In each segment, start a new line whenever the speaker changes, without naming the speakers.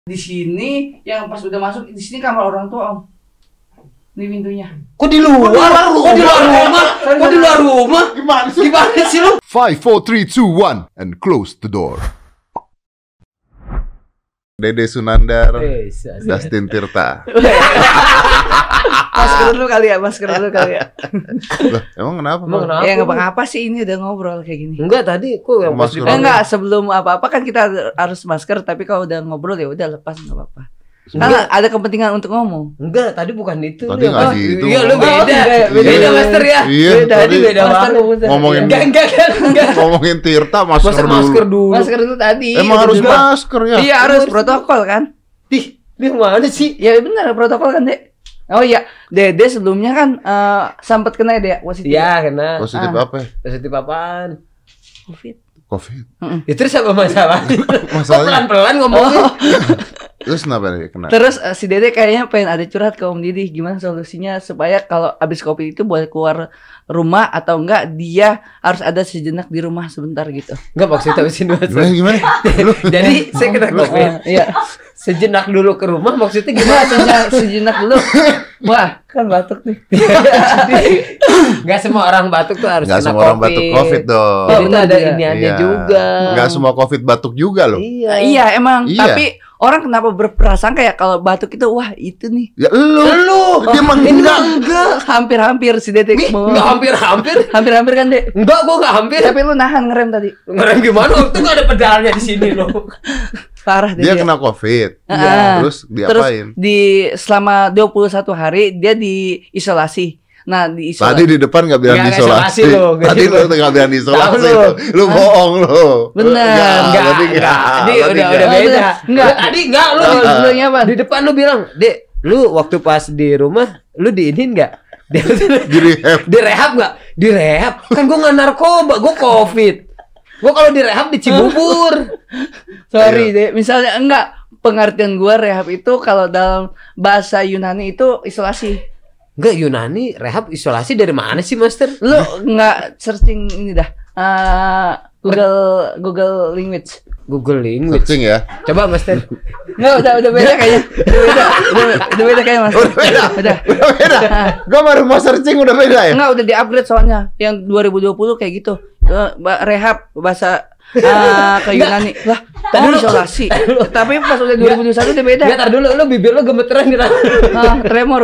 Di sini yang pas udah masuk di sini kamar orang tua, Om. Ini pintunya.
Kok di luar? Kok di luar rumah? Kok di luar rumah? Gimana sih lu?
5, 4, 3, 2, 1 and close the door. Dede Sunandar, Dustin Tirta.
Masker dulu kali ya, masker dulu kali ya.
Loh, emang kenapa?
Ya nggak apa-apa sih, ini udah ngobrol kayak gini.
Enggak, tadi kok yang
Masker.
Enggak, sebelum apa-apa kan kita harus masker, tapi kalau udah ngobrol ya udah lepas, nggak apa-apa. Karena ada kepentingan untuk ngomong.
Enggak, tadi bukan itu.
Tadi nggak gitu.
Iya, lu beda.
Beda,
Master ya.
Iya,
tadi beda
Masker
banget.
ngomongin
Enggak.
ngomongin Tirta masker dulu.
Masker dulu tadi.
Emang harus
Udah.
masker ya?
Iya, harus protokol kan?
Di mana sih?
Ya benar protokol kan, Dek. Oh iya, Dede sebelumnya kan sempat kena ya, Dek, positif.
Iya, kena.
Positif apa?
Positif apaan?
Covid.
Covid.
Ya, terus apa masalahnya?
Masalahnya.
Pelan-pelan ngomongnya.
Terus kenapa nih kena?
Terus si Dede kayaknya pengen ada curhat ke Om Didi, gimana solusinya supaya kalau abis Covid itu boleh keluar rumah atau enggak dia harus ada sejenak di rumah sebentar gitu.
Enggak, maksudnya habisin
Gimana?
Jadi saya kena Covid.
Iya.
Sejenak dulu ke rumah maksudnya gimana?
Sejenak dulu. Wah, kan batuk nih.
Enggak semua orang batuk tuh harus
Nggak
kena
semua orang batuk Covid dong.
Jadi itu ada
Iya.
iniannya
Iya.
juga.
Nggak semua Covid batuk juga loh.
Iya, emang.
Iya.
Tapi orang kenapa berprasangka ya kalau batuk itu wah itu nih.
Ya lu. Dia mah enggak.
Hampir-hampir si Dede mau.
Enggak hampir-hampir.
Hampir-hampir kan, Dek?
Enggak, gua enggak hampir.
Tapi lu nahan ngerem tadi.
Ngerem gimana? Itu enggak ada pedalnya di sini loh.
Parah
Dia
Dede.
kena Covid.
Iya.
Terus diapain?
Selama 21 hari dia diisolasi. Nah, diisolasi.
Tadi di depan nggak bilang
Nggak
diisolasi.
isolasi lo, nggak
Tadi lu
isolasi.
nggak bilang diisolasi.
Tahu lu.
Lu bohong lu.
Bener.
Enggak.
Tadi nggak.
Tadi
Tadi
udah
nggak.
beda.
Enggak.
Tadi enggak lu.
Bilangnya apa?
Di depan lu bilang, "Dek, lu waktu pas di rumah lu diinin enggak?"
Di rehab.
Direhab enggak? Direhab. Kan gua enggak narkoba, gua Covid. Gua kalau direhab di Cibubur.
Sorry, Dek. Misalnya enggak, pengertian gua rehab itu kalau dalam bahasa Yunani itu isolasi.
Enggak, Yunani rehab isolasi dari mana sih, Master?
Lu enggak searching ini dah. Google language.
Google Language.
Searching ya.
Coba, Master.
Enggak, udah beda kayaknya. Udah beda kayaknya, Mas.
Udah beda.
Udah.
Udah beda. Gua baru mau searching udah beda ya.
Enggak, udah di-upgrade soalnya. Yang 2020 kayak gitu. Rehab bahasa ke Yunani. Lah, tadi isolasi. Tapi pas udah 2021 udah beda.
Ya, tar dulu, lu bibir lu gemeteran gitu.
Tremor.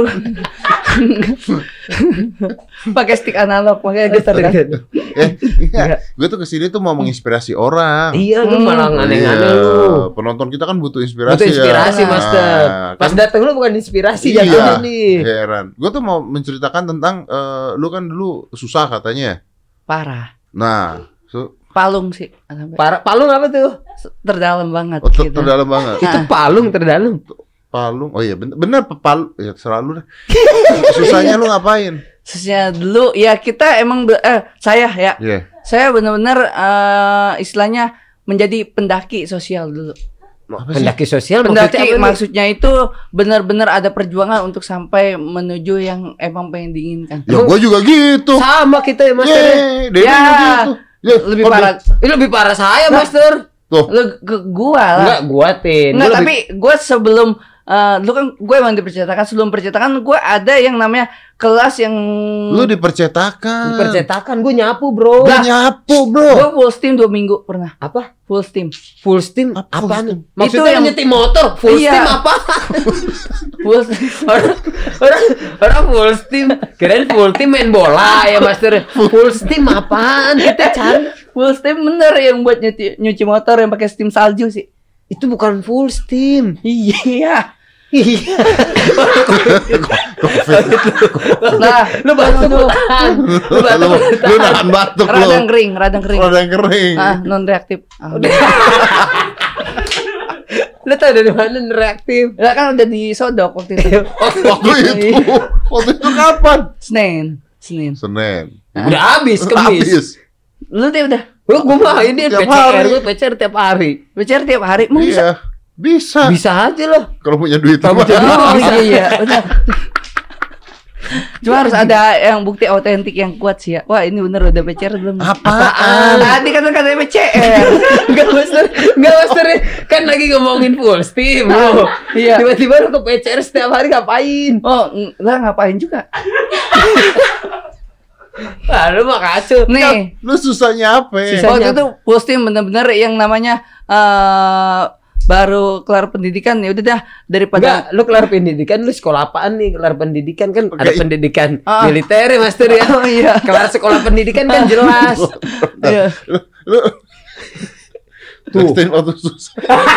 Pakai stick analog, makanya getar kan.
Iya. Gue tuh kesini tuh mau menginspirasi orang.
Iya, lu malah aneh-aneh
Iya.
lu.
Penonton kita kan butuh inspirasi.
Butuh inspirasi,
ya.
Master. Pas
Kan,
dateng lu bukan inspirasi
iya,
jatuhnya nih.
heran. Gue tuh mau menceritakan tentang lu kan dulu susah katanya.
Parah.
Nah,
Palung sih.
Palung apa tuh?
Terdalam banget gitu.
terdalam banget.
Itu palung terdalam.
Palung. Oh iya bener palung. Ya selalu dah. Susahnya lu ngapain?
Susahnya dulu ya kita emang saya ya.
Iya.
Saya benar-benar istilahnya menjadi pendaki sosial dulu.
Pendaki sosial
Pendaki
maksudnya apa?
maksudnya itu benar-benar ada perjuangan untuk sampai menuju yang emang pengen diinginkan.
Ya gue juga gitu.
Sama kita ya, Master.
Yeay, dia
Ya.
juga gitu. Ya,
Lebih
kok
parah.
Ini lebih parah saya, Master.
Tuh.
Lu gua lah.
Enggak, gua Tin.
Enggak,
Gua
tapi gue sebelum lu kan gue emang dipercetakan, sebelum percetakan gue ada yang namanya kelas yang
Lu dipercetakan.
percetakan gua nyapu, Bro.
Lu nyapu, bro.
gue full steam 2 minggu pernah.
Apa?
Full steam.
Full steam?
Apa full
Apaan?
steam?
Maksudnya
Itu
yang
yang-
nyetim motor, full
Iya.
steam apa?
Full steam.
orang full steam. Kirain full steam main bola ya, Master. Full steam apaan? Kita cari.
Full steam bener yang buat nyuci motor yang pakai steam salju sih.
Itu bukan full steam.
Iya.
Iya.
Nah,
Lu batuk tahan. Lu batuk
Lu nahan batuk lu.
radang kering, radang kering.
Radang kering.
Non reaktif.
Lu tau dari mana reaktif?
Ya kan udah disodok waktu itu.
Waktu itu kapan?
Senin.
Senin.
Udah habis kemis.
Habis.
Lu deh udah.
Lu gua mah ini
Tiap
PCR,
hari.
gua PCR tiap hari.
Bicara tiap hari mau bisa.
Iya. Bisa.
Bisa aja loh.
Kalau punya duit.
Kamu jadi-
Oh iya, benar. Cuma harus ada yang bukti otentik yang kuat sih ya. Wah ini bener udah PCR belum?
Apaan?
Tadi kan katanya PCR.
Enggak master kan lagi ngomongin full steam bro.
Iya.
Tiba-tiba lu ke PCR setiap hari ngapain?
Oh lah ngapain juga?
Ah, lu mah kacau.
Nih
Lu susahnya apa?
waktu itu posting bener-bener yang namanya baru kelar pendidikan ya udah dah daripada
Enggak, lu kelar pendidikan, lu sekolah apaan nih? Kelar pendidikan kan
Oke.
ada pendidikan
Ah.
militer ya, Master ya.
Oh, iya.
Kelar sekolah pendidikan kan jelas.
Iya.
Lu
Tuh.
Dustin waktu susah.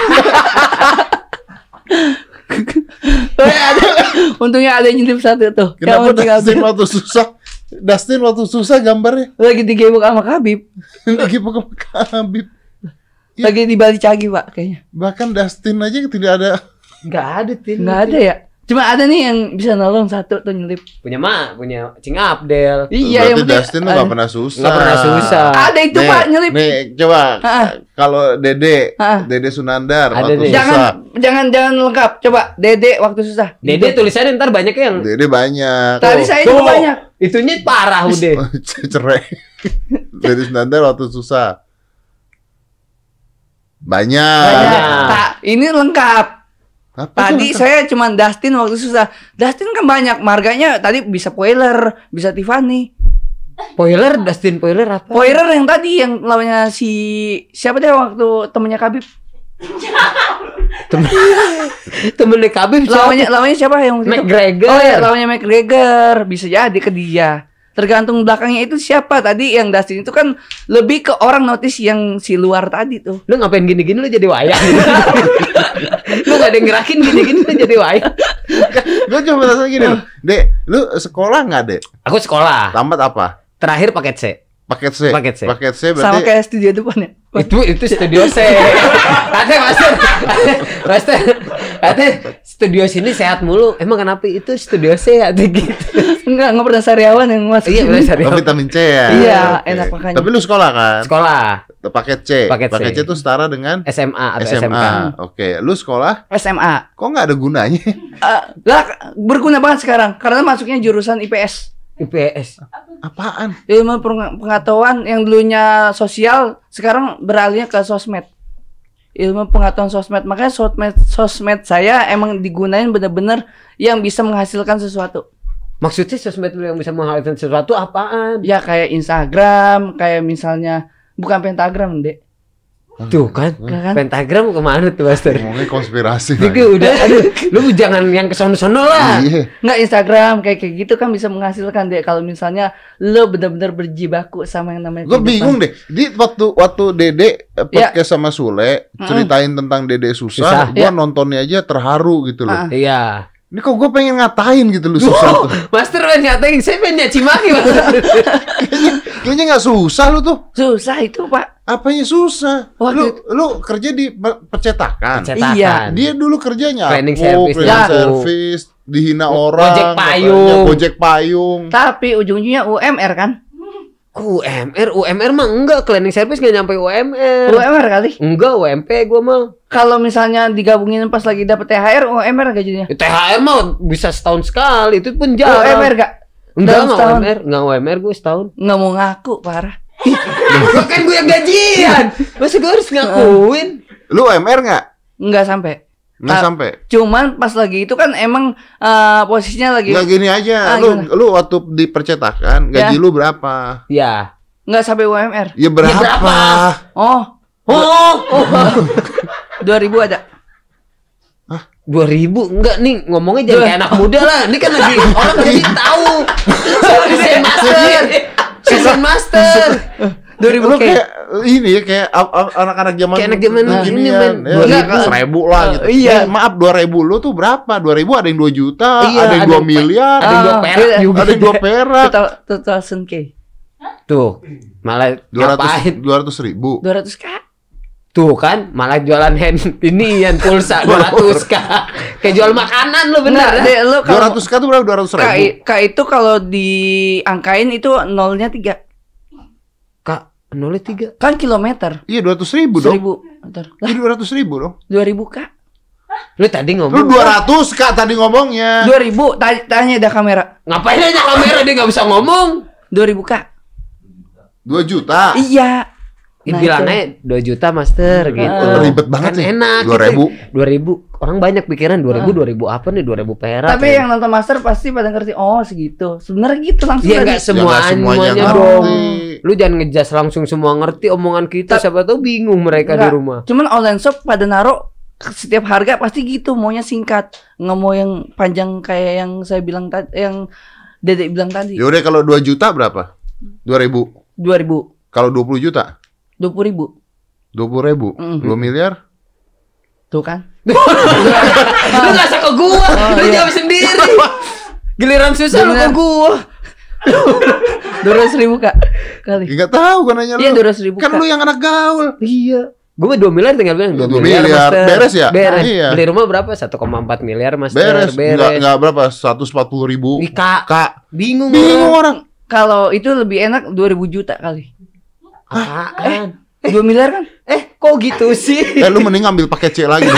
Untungnya ada yang nyelip satu tuh.
Kenapa
Yang tinggal
Dustin waktu susah? Dustin waktu susah gambarnya
lagi digebuk sama Habib.
lagi pokok Habib.
Lagi di Bali Cagi pak kayaknya.
Bahkan Dustin aja tidak ada.
Enggak ada, Tin.
Nggak ada ya. Cuma ada nih yang bisa nolong satu tuh nyelip.
Punya Cing Abdel.
Iya yang
Berarti
penting
Dustin tuh
ada.
gak pernah susah.
Nggak pernah susah.
Ada itu pak nyelip.
Nih coba
Ah.
kalau Dede
Ah.
Dede Sunandar
Ada
waktu
deh.
susah.
Jangan lengkap. Coba Dede waktu susah.
Dede tulisannya ntar banyak yang
Dede banyak.
Tadi saya juga banyak.
Itunya parah udah.
Cerai. Dede Sunandar waktu susah. Banyak.
Banyak. Tak, ini lengkap.
Apa
Tadi
tuh?
saya cuma Dustin waktu susah. Dustin kan banyak marganya. Tadi bisa Poiler, bisa Tiffany.
Dustin Poiler apa?
Poiler yang tadi yang lawannya si siapa deh waktu temennya Khabib.
Temennya Khabib
Lawannya siapa yang waktu itu?
McGregor.
Oh ya, lawannya McGregor. Bisa jadi ke dia. Tergantung belakangnya itu siapa. Tadi yang Dustin itu kan lebih ke orang notice yang si luar tadi tuh.
Lu ngapain gini-gini lu jadi wayang gitu. Lu gak ada yang gerakin gini-gini lu jadi wayang.
Gue coba tanya gini loh. Dek, lu sekolah nggak Dek?
Aku sekolah.
Tamat apa?
Terakhir paket C.
Paket C.
Paket C.
Paket C
Sama
berarti
kayak studio depan ya.
Itu studio C. Ada Master. Ada studio sini sehat mulu. Emang kenapa itu studio C ada gitu?
Enggak pernah sariawan yang masuk.
Iya benar
oh,
serius.
vitamin C ya.
Iya,
Oke.
enak makanya.
Tapi lu sekolah kan?
Sekolah
Paket C.
Paket C.
C itu setara dengan
SMA atau
SMA.
SMK.
Oke, lu sekolah
SMA.
kok nggak ada gunanya?
Lah berguna banget sekarang karena masuknya jurusan IPS.
IPS.
Apaan?
Ilmu pengetahuan yang dulunya sosial sekarang beralihnya ke sosmed. Ilmu pengetahuan sosmed. Makanya sosmed saya emang digunain bener-bener yang bisa menghasilkan sesuatu.
Maksudnya sosmed lu yang bisa menghasilkan sesuatu apaan?
Ya kayak Instagram, kayak misalnya bukan pentagram, Dek.
Tuh kan,
Kan?
pentagram kemana tuh Master?
Ngomongnya konspirasi.
Itu
lagi.
udah, aduh, lu jangan yang kesono-sono lah.
Iya.
Nggak Instagram kayak gitu kan bisa menghasilkan, Dek. Kalau misalnya lo bener-bener berjibaku sama yang namanya
Gue
kehidupan.
bingung deh. Di waktu Dede podcast sama Sule ceritain tentang Dede susah,
Susah.
gue
Iya.
nontonnya aja terharu gitu loh.
Iya.
Ini kok gue pengen ngatain gitu loh susah tuh.
Master pengen nyatain, saya pengen nyaci maki Master.
Kayaknya nggak susah lu tuh.
Susah itu, Pak.
Apanya susah?
Waktu
Lu kerja di percetakan.
Cetakan.
Iya.
Dia dulu kerjanya
Cleaning
cleaning
service,
service, dihina orang,
Ojek
katanya,
payung.
ojek payung.
Tapi ujung-ujungnya UMR kan?
UMR mah enggak, cleaning service nggak nyampe UMR.
UMR kali.
Enggak, UMP gua mah.
Kalau misalnya digabungin pas lagi dapet THR, UMR gajinya.
THR mah bisa setahun sekali, itu pun jarang.
UMR gak?
Enggak,
Dalam
enggak
setahun.
UMR, enggak UMR gue setahun.
Nggak mau ngaku, parah.
Gua kan gue yang gajian. Masa gue harus ngakuin?
Lu MR nggak?
Nggak sampai.
Nggak
Ah,
sampai.
Cuman pas lagi itu kan emang posisinya lagi
Nggak gini aja. Lu waktu di percetakan gaji
Ya.
lu berapa?
Ya.
nggak sampai UMR.
Ya berapa?
berapa?
Oh,
Oh,
2000 ada.
2000 enggak nih ngomongnya jangan kayak anak muda lah. Ini kan lagi orang lagi tahu. Season master. Season master.
2000
Lu
K.
kayak ini ya kayak anak-anak zaman
Kayak anak zaman
ginian.
ini, men.
Ya,
2000.
1000 lah gitu.
Iya.
Maaf 2000 lu tuh berapa? 2000 ada yang 2 juta,
Iya,
ada yang 2 miliar,
ada yang 2 perak
iya.
juga.
ada yang 2 perak.
2000 K.
Tuh, malah
200
ngapain?
200.000.
200 K.
Tuh kan, malah jualan hand ini yang pulsa 200k. Kayak jual makanan lu bener.
Nggak, Dek, lu kalau
200k tuh berapa? 200.000.
K itu kalau diangkain itu nolnya 3.
Kak, 03.
Kan kilometer.
Iya 200.000 dong.
1000. Bentar. Lah,
Iya 200.000 dong.
2000 K.
Lu tadi
Lu
ngomong
200 Kak tadi ngomongnya.
2000, tanya ada kamera.
ngapain aja kamera dia nggak bisa ngomong.
2000 Kak.
2 juta.
Iya. Nah,
Bilangnya 2 juta master gitu.
Ribet banget
Kan
sih.
enak
2.000.
2000 orang banyak pikiran 2000 apa nih 2000 perak.
Tapi yang nonton master pasti pada ngerti. Oh segitu. Sebenarnya gitu langsung.
Iya
tadi.
nggak
semuanya
semuanya
ngerti.
dong. Lu jangan ngejas langsung semua ngerti omongan kita. Siapa tahu bingung mereka di
Nggak.
rumah.
Cuman online shop pada naruh setiap harga pasti gitu. Maunya singkat. Nggak mau yang panjang kayak yang saya bilang tadi, yang Dedek bilang tadi.
Yaudah kalau 2 juta berapa? 2.000.
2000,
Kalau 20 juta?
20.000.
20.000. 2 miliar?
Tuh kan?
Lu nggak usah ke gua, lu
iya.
jawab sendiri. Giliran susah lu ke
Bener.
gua.
200.000 Kak kali.
Enggak tahu kan nanya lu.
Iya 200.000
Kan
Kak.
lu yang anak gaul.
Iya. Gue 2 miliar tinggal bilang 2
2
miliar,
miliar.
Master.
Beres ya?
Beres.
Iya.
Beli rumah berapa? 1,4 miliar Master.
Beres. Enggak berapa? 140.000.
Ih, Kak. Bingung.
Bingung orang.
Kalau itu lebih enak 2000 juta kali.
Apaan?
2 miliar kan?
Kok gitu sih?
Lu mending ambil paket C lagi.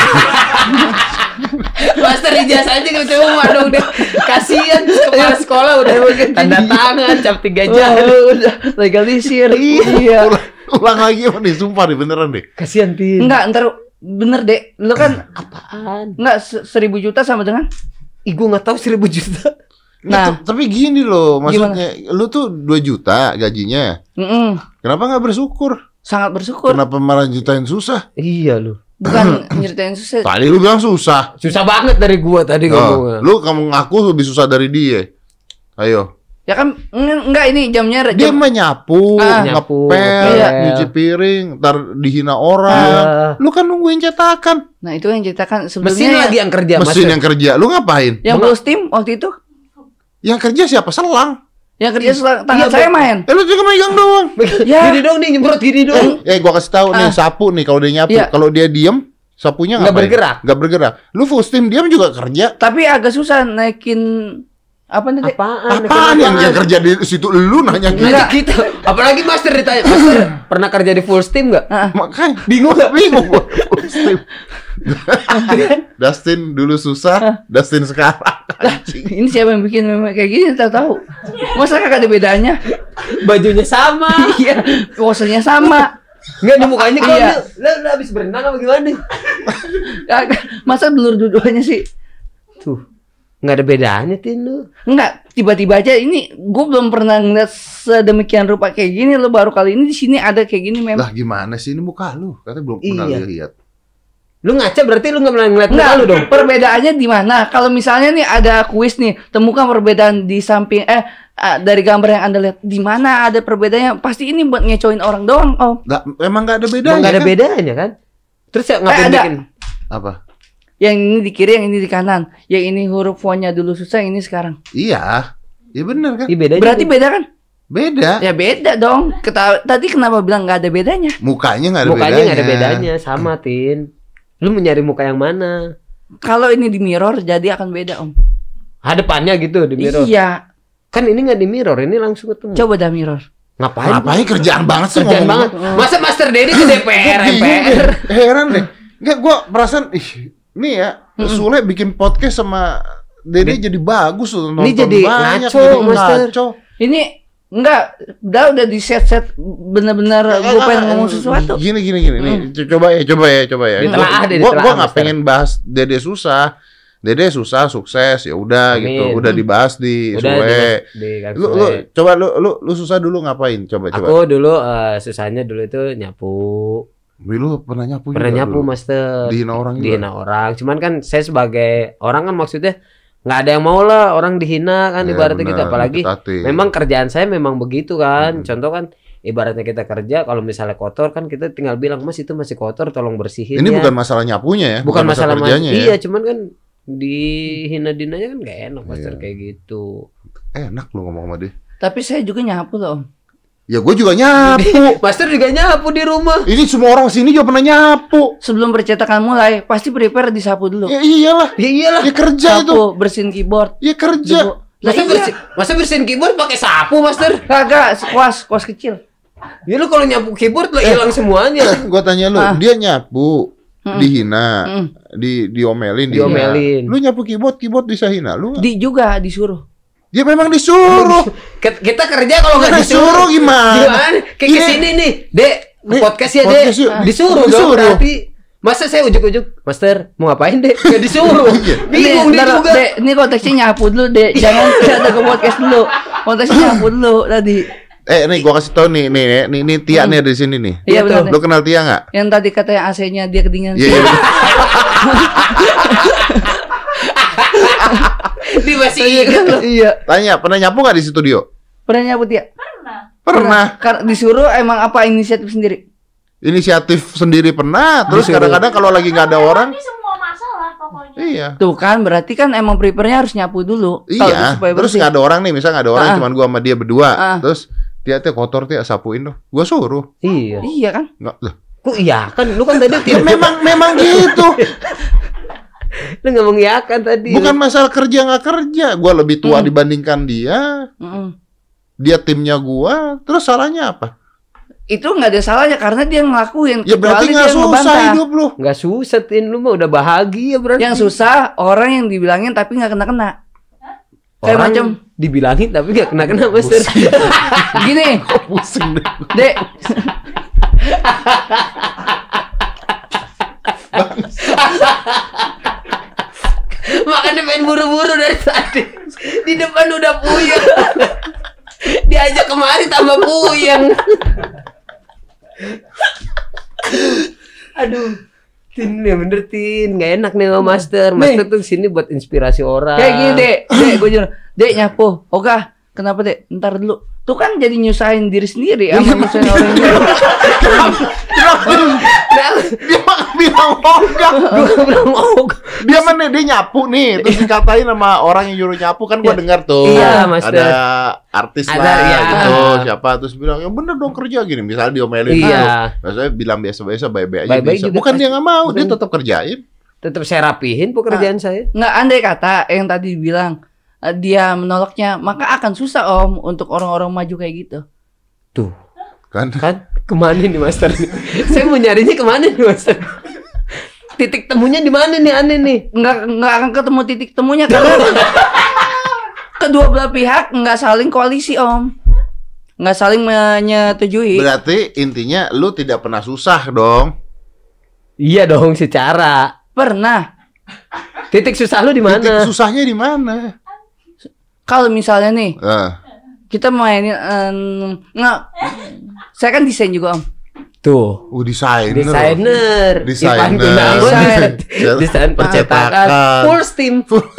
Master ijazah aja gitu cuma dong deh. Kasihan kepala sekolah udah tanda tangan cap 3 jam.
Udah legalisir. Iya.
Ulang lagi apa nih? Sumpah nih beneran deh.
Kasihan Tin.
Enggak, ntar bener deh. Lu kan
Apaan?
enggak 1000 juta sama dengan
Ih, gue nggak tahu 1.000 juta.
Nah.
Tapi gini loh, maksudnya lu tuh 2 juta gajinya. Kenapa nggak bersyukur?
sangat bersyukur.
Kenapa malah jutain susah?
Iya lu.
Bukan nyeritain susah.
Tadi lu bilang susah.
Susah banget dari gua tadi ngomongnya.
Lu kamu ngaku lebih susah dari dia. Ayo.
Ya kan enggak ini jamnya
Dia
jam,
mah nyapu,
Nyapu,
ngepel,
iya.
nyuci piring, ntar dihina orang. Lu kan nungguin cetakan.
Nah, itu yang ceritakan sebelumnya.
Mesin lagi yang kerja
Mesin
Master.
yang kerja. Lu ngapain?
yang blue steam waktu itu.
Yang kerja siapa? Selang.
Yang kerja tangan
Iya,
saya main.
Lu juga megang doang.
Ya.
Gini dong nih nyemprot gini dong.
Gua kasih tahu nih, sapu nih kalau dia nyapu.
Iya.
Kalau dia diem, sapunya
Nggak
ngapain?
bergerak.
Nggak bergerak. Lu full steam diam juga kerja.
Tapi agak susah naikin apa nih? Dek?
Apaan yang kerja di situ lu nanya gitu?
Nanya gitu. Apalagi Master ditanya, Master pernah kerja di full steam nggak?
Makanya bingung gua. Full steam. Dustin dulu susah, Dustin sekarang. Anjing.
Ini siapa yang bikin meme kayak gini tahu. Masa kagak ada bedanya?
Bajunya sama.
Iya, posenya sama.
Enggak di mukanya kok
Iya.
lu habis berenang apa gimana?
Kagak. Masa blur dua-duanya sih?
Tuh. Nggak ada bedanya Tin lu.
Enggak, tiba-tiba aja ini gue belum pernah ngeliat sedemikian rupa kayak gini. Lo baru kali ini di sini ada kayak gini memang.
Lah gimana sih ini muka lu? Katanya belum pernah
Iya.
lihat.
Lu ngaca berarti lu nggak pernah ngeliat muka
Enggak,
lu dong.
perbedaannya di mana? Kalau misalnya nih ada kuis nih, temukan perbedaan di samping dari gambar yang Anda lihat. Di mana ada perbedaannya? Pasti ini buat ngecoin orang doang, Om.
Lah, emang nggak ada bedanya.
Emang nggak ada
kan?
bedanya kan? Terus ya ngapain
ada.
bikin?
Apa?
Yang ini di kiri, yang ini di kanan. Yang ini huruf font-nya dulu susah, yang ini sekarang.
Iya. Iya benar kan?
Ih, bedanya
Berarti beda kan?
Beda.
Ya beda dong. Tadi kenapa bilang nggak ada bedanya?
Mukanya nggak ada
mukanya
bedanya.
nggak ada bedanya sama Tin. Lu mencari muka yang mana?
Kalau ini di mirror jadi akan beda, Om.
Depannya gitu di mirror.
Iya.
Kan ini nggak di mirror, ini langsung ketemu.
Coba dah mirror.
Ngapain?
Ngapain kerjaan banget sih
Kerjaan
ngomong.
banget. Masa Master Dedi ke DPR,
Gua bingung
MPR?
deh. Heran deh. Enggak gua perasaan nih ya, Sule bikin podcast sama Dede jadi bagus tuh nonton
Ini jadi
banyak,
ngaco,
jadi
Master.
ngaco.
Ini enggak, udah di set bener-bener gue pengen ngomong sesuatu.
Gini nih. Coba ya.
Ditelaah deh,
Gua
ditelaah,
nggak
Master.
pengen bahas Dede susah. Dede susah, sukses, ya udah
Amin.
gitu. Udah dibahas di
Udah
Sule.
di
Lu coba lu susah dulu ngapain? Coba.
Aku dulu susahnya dulu itu nyapu.
Wih, lu pernah nyapu
Pernah
juga
nyapu
dulu?
Master.
Dihina orang juga?
Dihina orang. Cuman kan saya sebagai orang kan maksudnya nggak ada yang mau lah orang dihina kan
Ya,
ibaratnya gitu.
benar,
Apalagi
hati-hati.
memang kerjaan saya memang begitu kan. Contoh kan ibaratnya kita kerja kalau misalnya kotor kan kita tinggal bilang Mas itu masih kotor tolong bersihin
Ini
ya.
bukan masalah nyapunya ya?
Bukan masalah
kerjanya ya?
Iya cuman kan dihina-dinanya kan gak enak Master
Iya.
kayak gitu.
Enak lu ngomong sama dia.
Tapi saya juga nyapu loh, Om.
Ya gue juga nyapu.
Master juga nyapu di rumah.
Ini semua orang sini juga pernah nyapu.
Sebelum percetakan mulai, pasti prepare disapu dulu.
Ya iyalah.
Ya iyalah.
Ya kerja itu.
Sapu, bersihin keyboard.
Ya kerja.
Debu. Lah
Masa bersihin keyboard pakai sapu Master?
Kagak, kuas kecil.
Ya lu kalau nyapu keyboard lo hilang semuanya.
Gue tanya lu, dia nyapu. dihina, diomelin.
Diomelin.
Lu nyapu keyboard bisa hina lu.
Juga disuruh.
Dia memang disuruh.
Kita kerja kalau nggak
Disuruh gimana?
Kayak kesini nih, Dek. Podcast ya, Dek.
Podcast yuk.
Disuruh dong berarti. Masa saya ujuk-ujuk, Master mau ngapain, Dek? Gak disuruh. Bingung dia juga.
Dek, ini konteksnya nyapu dulu, Dek. Jangan ada ke podcast dulu. Konteksnya nyapu dulu tadi.
Nih gua kasih tau nih Tia nih di sini nih.
Iya benar.
Lu kenal Tia nggak?
Yang tadi katanya AC-nya dia kedinginan.
Iya.
Dia masih ingat loh.
Iya.
Tanya, pernah nyapu nggak di studio?
Pernah nyapu dia?
Pernah.
Karena disuruh emang apa inisiatif sendiri?
Inisiatif sendiri pernah. Terus
Disuruh.
kadang-kadang kalau lagi nggak ada orang,
Ini semua masalah pokoknya.
iya.
Tuh kan berarti kan emang prepare-nya harus nyapu dulu.
Iya.
supaya
Terus
bersih.
nggak ada orang nih, misalnya nggak ada orang,
Ah.
cuman gua sama dia berdua.
Ah.
Terus Tia kotor sapuin dong. Gua suruh.
Iya.
Iya kan?
Nggak lah.
Kok iya kan? Lu kan tadi
Ya, memang gitu.
lu nggak mengiyakan tadi.
Bukan masalah kerja nggak kerja. Gua lebih tua dibandingkan dia.
Mm-mm.
Dia timnya gua. Terus salahnya apa?
Itu nggak ada salahnya karena dia ngelakuin.
Ya berarti
kecuali
nggak
dia
susah
ngebantah.
hidup lu.
Nggak susah, Tin. Lu mah udah bahagia berarti.
Yang susah orang yang dibilangin tapi nggak kena-kena. Kayak
Orang
macam
dibilangin tapi nggak kena-kena, Master.
gini,
Pusing deh.
Dek.
Makanya main buru-buru dari tadi. Di depan udah puyeng. Diajak kemari tambah puyeng. Aduh. Tin, ya bener Tin. Nggak enak nih sama Master. Master tuh sini buat inspirasi orang.
Kayak gini, Dek. Dek, gue jujur. Dek nyapu. Oke, kenapa, Dek? Ntar dulu. Tuh kan jadi nyusahin diri sendiri sama nyusahin orang lain.
Dia mah bilang ogah. Dia mana dia nyapu nih, terus dikatain sama orang yang nyuruh nyapu kan gua dengar tuh.
Iya, Master.
Ada artis
Ada,
lah
iya.
gitu, siapa terus bilang, "Ya bener dong kerja gini." Misalnya diomelin
Iya.
gitu. Biasanya bilang biasa-biasa baik-baik aja
Baik-baik
bisa.
juga
Bukan dia
pasti.
nggak mau, dia
Bukan.
tetap kerjain.
Tetap saya rapihin pekerjaan saya.
Nggak andai kata yang tadi bilang dia menolaknya, maka akan susah Om untuk orang-orang maju kayak gitu.
Tuh.
Kan?
Kan kemana nih Master? Saya mau nyarinya kemana nih Master? Titik temunya di mana nih aneh nih?
Nggak akan ketemu titik temunya karena kedua belah pihak nggak saling koalisi Om, nggak saling menyetujui.
Berarti intinya lu tidak pernah susah dong.
Iya dong secara.
Pernah.
Titik susah lu di mana?
Titik susahnya di mana?
Kalau misalnya nih kita mainin nggak, saya kan desain juga Om.
Tuh.
Desainer.
Desainer.
Desainer.
Ivan Gunawan.
Desain.
Desain percetakan. Full steam.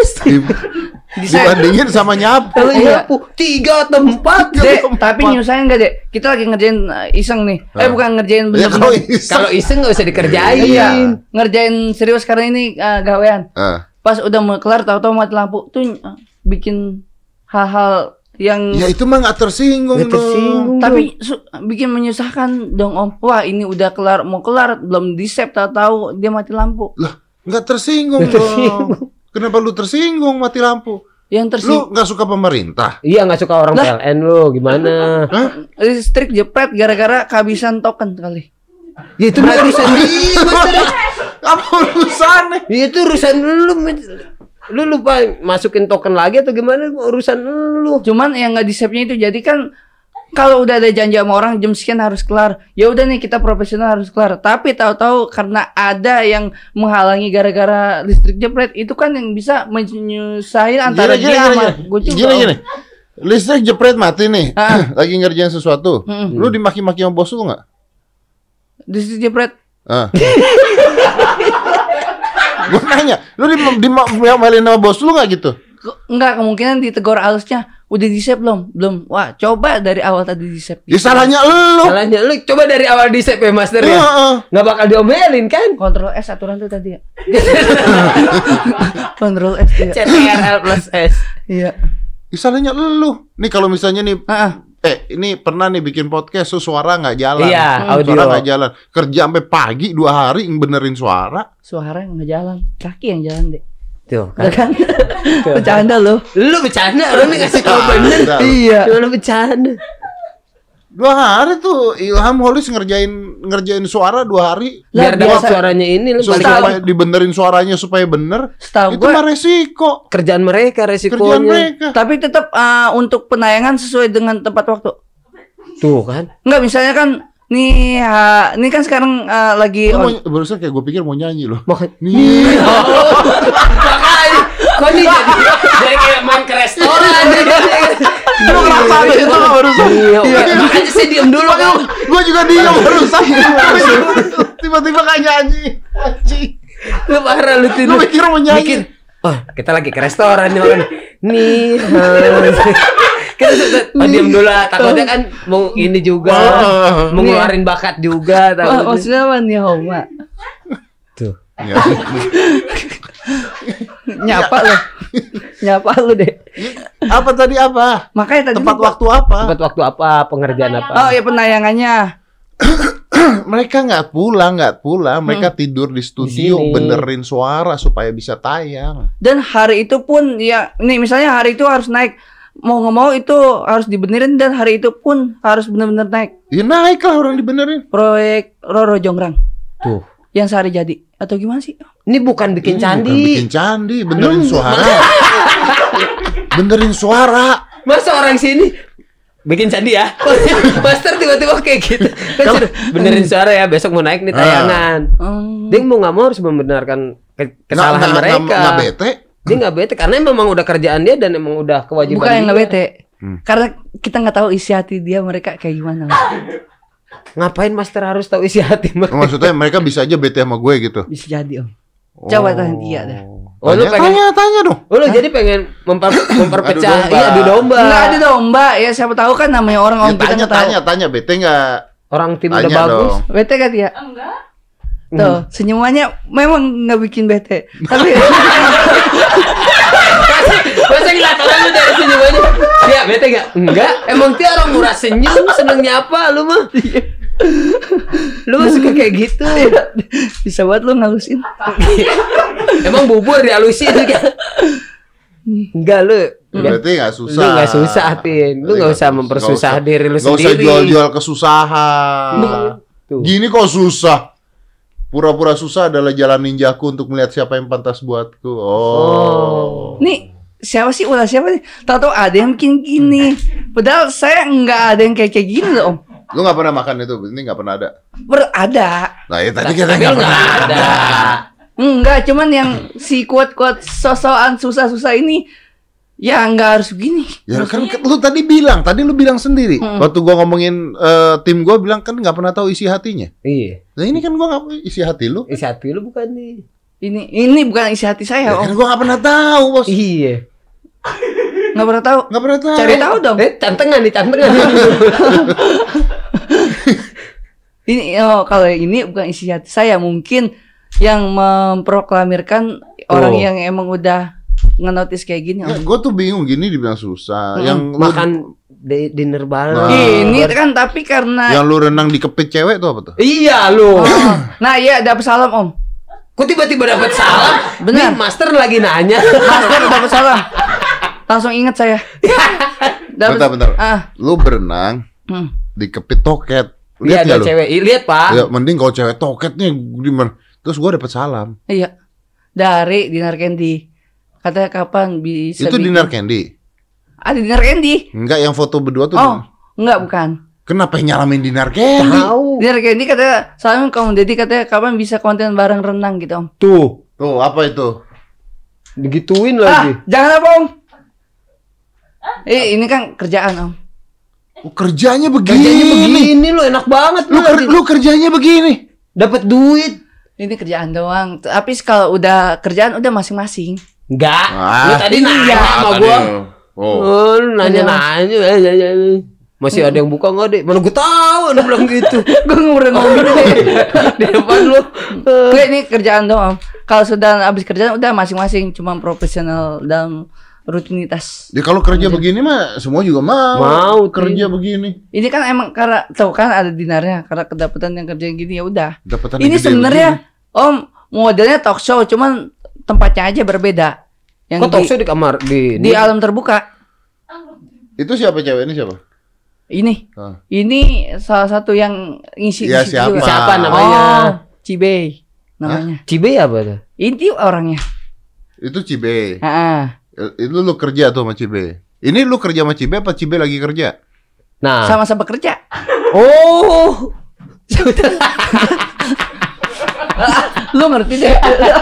Dibandingin sama nyapu.
Kalau
Iya.
nyapu 3 tempat.
Dek, tapi nyusahin gak, Dek? Kita lagi ngerjain iseng nih. Bukan ngerjain
Ya kalau
bener-bener.
Kalau iseng nggak usah dikerjain.
Iya, ngerjain serius karena ini gawean.
Ah.
Pas udah mau kelar tahu-tahu mati lampu tuh bikin hal-hal yang
Ya itu mah nggak tersinggung
Nggak tersinggung.
dong.
tapi bikin menyusahkan dong Om. Wah, ini udah kelar, mau kelar belum di-save tahu-tahu dia mati lampu.
Lah, nggak tersinggung dong. Kenapa lu tersinggung mati lampu?
Yang
Lu nggak suka pemerintah?
Iya nggak suka orang PLN lu gimana?
Hah?
listrik jepret gara-gara kehabisan token kali.
Ya itu bukan urusan dia, Master.
Apa urusannya?
Ya, itu urusan lu. Lu lupa masukin token lagi atau gimana? Urusan lu.
Cuman yang nggak di-save-nya itu jadi kan kalau udah ada janji sama orang jam sekian harus kelar. Ya udah nih kita profesional harus kelar. Tapi tahu-tahu karena ada yang menghalangi gara-gara listrik jepret, itu kan yang bisa menyusahin antara dia sama gue juga.
Gini. Listrik jepret mati nih.
Ah.
Lagi ngerjain sesuatu. Lu dimaki-maki sama bos lu nggak?
Listrik jepret.
Ah. Gue nanya, lu diomelin sama bos lu nggak gitu?
Enggak, kemungkinan ditegur halusnya. Udah di-save belum? Belum. Wah, coba dari awal tadi di-save.
Ya salahnya lu.
Salahnya lu coba dari awal di save ya, Master ya.
Heeh.
Nggak bakal diomelin kan?
Kontrol S aturan tuh tadi ya. Kontrol S ya.
CTRL plus S.
Iya.
Ya salahnya lu. Nih kalau misalnya nih,
Heeh.
ini pernah nih bikin podcast, so suara nggak jalan.
Iya, audio.
Suara nggak jalan. Kerja sampai pagi 2 hari benerin suara.
Suara yang nggak jalan, kaki yang jalan deh.
Tuh
Udah
kan.
kan? Bercanda loh.
Lu bercanda, orang nih kasih tau bener.
Bercanda.
Iya.
Cuma lu bercanda.
2 hari tuh Ilham Holis ngerjain suara 2 hari.
Biar
Lah,
dapat
biasa-
suaranya ini lu balik
Supaya
lagi.
dibenerin suaranya supaya bener.
Setahu
Itu
gue,
mah resiko.
Kerjaan mereka
Kerjaan
resikonya.
mereka.
tapi tetap untuk penayangan sesuai dengan tepat waktu.
Tuh kan.
Enggak, misalnya kan ini kan sekarang lagi
Lu barusan kayak gue pikir mau nyanyi loh.
Makanya
Nih.
makanya kok nih jadi kayak main ke restoran
Lu kenapa ada itu barusan?
Iya, makanya saya diem dulu kan.
Gue juga diam barusan. Tiba-tiba kayak nyanyi. Anjing.
Lu parah lu tuh.
Lu mikir mau nyanyi.
Mikir, oh kita lagi ke restoran nih makan. Nih. Kita diem dulu lah. Takutnya kan mau ini juga, mau ngeluarin bakat juga. Takutnya.
maksudnya apa nih Homa?
Tuh.
Ya.
Nyapa lu deh.
Apa tadi apa?
Makanya tadi
Tempat
lupa.
waktu apa?
Tempat waktu apa, pengerjaan apa?
Oh ya, penayangannya.
Mereka nggak pulang. Mereka tidur di studio
Di sini.
benerin suara supaya bisa tayang.
Dan hari itu pun ya, nih misalnya hari itu harus naik, mau nggak mau itu harus dibenerin, dan hari itu pun harus bener-bener naik.
Ya naik lah orang dibenerin.
Proyek Roro Jonggrang
Tuh.
yang sehari jadi atau gimana sih?
Ini bukan bikin
Ini
candi.
bukan bikin candi, benerin suara. Benerin suara.
Masa orang sini bikin candi ya? Master tiba-tiba kayak gitu. Kan sudah benerin suara ya, besok mau naik nih tayangan. Dia mau nggak mau harus membenarkan kesalahan mereka.
Nggak bete.
Dia nggak bete karena memang udah kerjaan dia dan memang udah kewajiban
Bukan yang
dia.
nggak bete, karena kita nggak tahu isi hati dia, mereka kayak gimana.
Ngapain Master harus tahu isi hati mereka?
Maksudnya mereka bisa aja bete sama gue gitu.
Bisa jadi om. Coba tanya dia dah.
Oh, lu pengen-
tanya dong.
Oh lu jadi pengen memperpecah,
Adu domba.
iya adu domba.
Nggak ada domba ya, siapa tahu kan namanya orang
Ya,
om, kita nggak tahu.
tanya bete nggak?
Orang tim udah
Tanya
bagus.
dong.
Bete kan dia?
Enggak.
Tuh, senyumannya memang nggak bikin bete. Tapi
Masa ngeliat orang lu dari senyumannya. Dia bete gak? Enggak. Emang dia orang murah senyum, seneng nyapa lu mah. Lu mah suka kayak gitu.
bisa buat lu ngalusin.
Emang bubur dihalusin juga. Enggak lu.
Berarti nggak susah.
Lu nggak susah, Tin. Lu nggak usah mempersusah diri lu
Nggak usah
sendiri.
jual-jual kesusahan.
Tuh.
Gini kok susah. Pura-pura susah adalah jalan ninjaku untuk melihat siapa yang pantas buatku. Oh.
Nih, siapa sih? Ulah siapa nih? Tahu-tahu ada yang bikin gini. Padahal saya nggak ada yang kayak gini loh om.
Lu nggak pernah makan itu? Ini nggak pernah ada.
Berada.
Nah, ya tadi kita
Tapi
nggak
lu
pernah
nggak
ada.
ada.
Enggak, cuman yang si kuat-kuat sosokan susah-susah ini ya nggak harus begini.
Ya kan lu tadi lu bilang sendiri. Waktu gua ngomongin tim gua bilang kan nggak pernah tahu isi hatinya.
Iya.
Nah ini kan gua nggak isi hati lu.
Isi hati lu bukan nih.
Ini bukan isi hati saya
Ya kan
om.
gua nggak pernah tahu bos.
Iya.
Nggak pernah tahu.
Nggak pernah tahu.
Cari tahu dong.
Cantengan nih, cantengan.
Ini kalau ini bukan isi hati saya, mungkin yang memproklamirkan orang yang emang udah ngenotis kayak gini om.
Gue tuh bingung gini dibilang susah. Yang lu,
Makan dinner bareng.
Nah.
Ini kan tapi karena
yang lu renang di kepit cewek tuh apa tuh?
Iya lu.
nah iya dapat salam om.
Kok tiba-tiba dapat salam?
Benar.
Nih, Master lagi nanya.
Master dapat salam. Langsung ingat saya.
Bentar.
Ah.
Lu berenang di kepit toket.
Lihat
nggak
ada
lu?
cewek. Lihat, Pak.
Ya, mending kalau cewek toketnya gimana? Terus gua dapet salam.
Iya. Dari Dinar Candy. Katanya kapan bisa
Itu
bikin-
Dinar Candy.
Ada Dinar Candy.
Enggak, yang foto berdua tuh.
Oh, enggak bukan.
Kenapa yang nyalamin Dinar Candy?
Tahu.
Dinar Candy katanya salam kamu Dedi, katanya kapan bisa konten bareng renang gitu om.
Tuh.
Tuh, apa itu?
Digituin
Ah,
lagi.
jangan apa om. Ini kan kerjaan om.
Oh, kerjanya
Kerjanya
begini.
begini lu enak banget
Lu, lu kerjanya begini.
dapat duit.
Ini kerjaan doang. Tapi kalau udah kerjaan udah masing-masing.
Enggak.
Ah.
Lu tadi nanya
Iya.
sama gua.
Oh.
Oh, lu nanya-nanya. Masih ada yang buka enggak, Dek? Mana gua tahu lu bilang gitu.
Gue ngomong gitu deh.
Di depan lu.
Enggak, ini kerjaan doang om. Kalau sudah habis kerjaan udah masing-masing, cuma profesional dalam rutinitas.
Ya kalau kerja begini mah semua juga mau.
Mau,
kerja begini.
Ini kan emang karena tahu kan ada dinarnya, karena kedapatan yang kerja gini ya udah.
Dapatan
Ini
gede
sebenarnya om modelnya talk show, cuman tempatnya aja berbeda. Yang
Kok talk show di kamar
di alam terbuka.
begini. Itu siapa cewek ini siapa?
Ini.
Ah.
Ini salah satu yang ngisi
Ya,
ngisi
siapa?
juga.
Siapa namanya?
Oh, Cibe namanya.
Cibe apa tuh?
Ini orangnya.
Itu Cibe.
Ah,
Itu lu kerja tuh sama Cibe. Ini lu kerja sama Cibe apa Cibe lagi kerja?
Nah.
sama-sama kerja.
Oh.
Lu ngerti deh.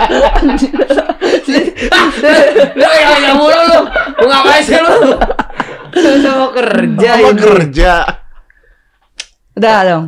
Lu yang mulu lu. Lu ngapain sih lu? Sama kerja
Sama
ini.
kerja.
Udah dong.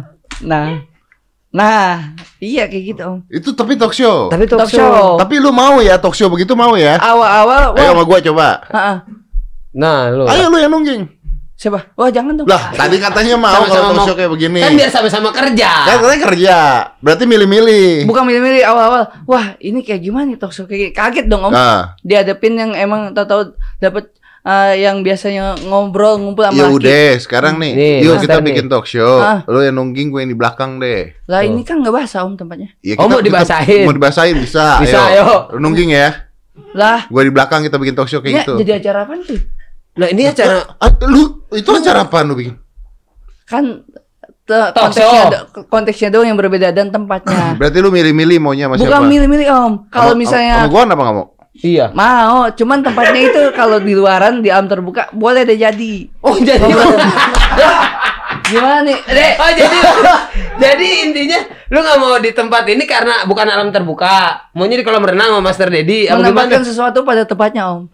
Nah, iya kayak gitu Om.
Itu tapi talk show.
Tapi
Talk show.
Tapi lu mau ya talk show begitu mau ya?
Awal-awal,
Ayo sama
wah.
gua coba.
Heeh.
Nah, lu.
Ayo lu yang nungging.
Siapa? Wah, jangan dong.
Lah, tadi katanya mau
Sama-sama
kalau talk
mau.
show kayak begini.
Kan biar sama-sama kerja.
Kan katanya kerja. Berarti milih-milih.
Bukan milih-milih awal-awal. Wah, ini kayak gimana nih talk show kayak kaget dong Om.
Nah,
Dihadapin yang emang tahu-tahu dapat yang biasanya ngobrol ngumpul
ya
sama laki.
udah, sekarang nih,
Nih,
yuk
Master
kita
nih.
bikin talk show.
Ah.
Lu yang nungging, gue yang di belakang deh.
Lah ini kan nggak basah Om tempatnya.
Ya,
Oh, mau dibasahin?
Mau dibasahin bisa.
Bisa, ayo.
Lu nungging ya.
Lah,
Gue di belakang kita bikin talk show
ini
kayak gitu.
jadi acara apa tuh?
Nah, ini acara
Lu itu acara apa lu bikin?
Kan
Talk
konteksnya doang yang berbeda dan tempatnya.
Berarti lu milih-milih maunya sama siapa?
Bukan milih-milih Om. Kalau
Sama
misalnya
gua apa nggak mau?
iya.
mau, cuman tempatnya itu kalau di luaran di alam terbuka boleh deh jadi.
Oh, jadi
Gimana nih? Dek,
Oh, jadi intinya lu nggak mau di tempat ini karena bukan alam terbuka. Maunya di kolam renang sama Master Dedi. Apa gimana?
menempatkan sesuatu pada tempatnya Om.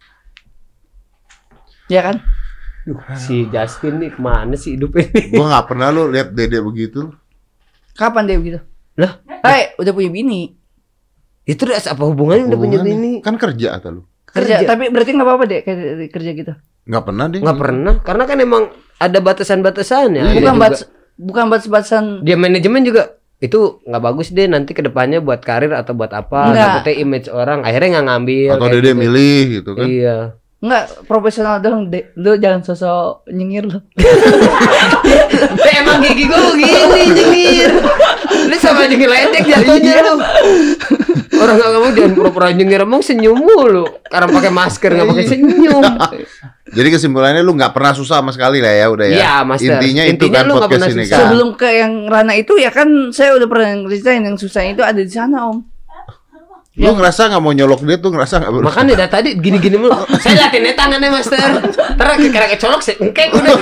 Ya kan?
Si Justin nih kemana sih hidup ini?
Gua nggak pernah lu lihat Dede begitu.
Kapan dia begitu?
Lah,
Hei, udah punya bini.
itu udah apa hubungannya udah punya
Hubungannya.
bini?
Kan kerja atau lu?
Kerja,
Kerja.
tapi berarti nggak apa-apa deh kayak kerja gitu.
Nggak pernah deh.
Nggak pernah, karena kan emang ada batasan-batasannya.
Iya.
Bukan batas-batasan.
Dia manajemen juga itu nggak bagus deh nanti kedepannya buat karir atau buat apa.
Nggak.
Takutnya image orang akhirnya nggak ngambil.
Atau
kayak
Dede
gitu.
milih gitu kan?
Iya.
Enggak profesional dong, Dek. Lu jangan sosok nyengir lu.
Emang gigi gue begini nyengir. Lu sama nyengir ledek jatuhnya lu. Orang nggak ngomong jangan pura-pura nyengir, emang senyum mulu. Karena pakai masker nggak pakai senyum.
Jadi kesimpulannya lu nggak pernah susah sama sekali lah ya udah ya.
Iya, Master.
Intinya itu
Intinya
kan
lu nggak
podcast
pernah
ini
susah.
kan.
Sebelum ke yang ranah itu ya kan saya udah pernah ngeritain yang susah itu ada di sana, Om.
Lu ngerasa nggak mau nyolok dia tuh ngerasa nggak berusaha.
Makanya dari tadi gini-gini mulu. Saya latihan tangannya Master. Ntar kira kecolok saya engkek udah.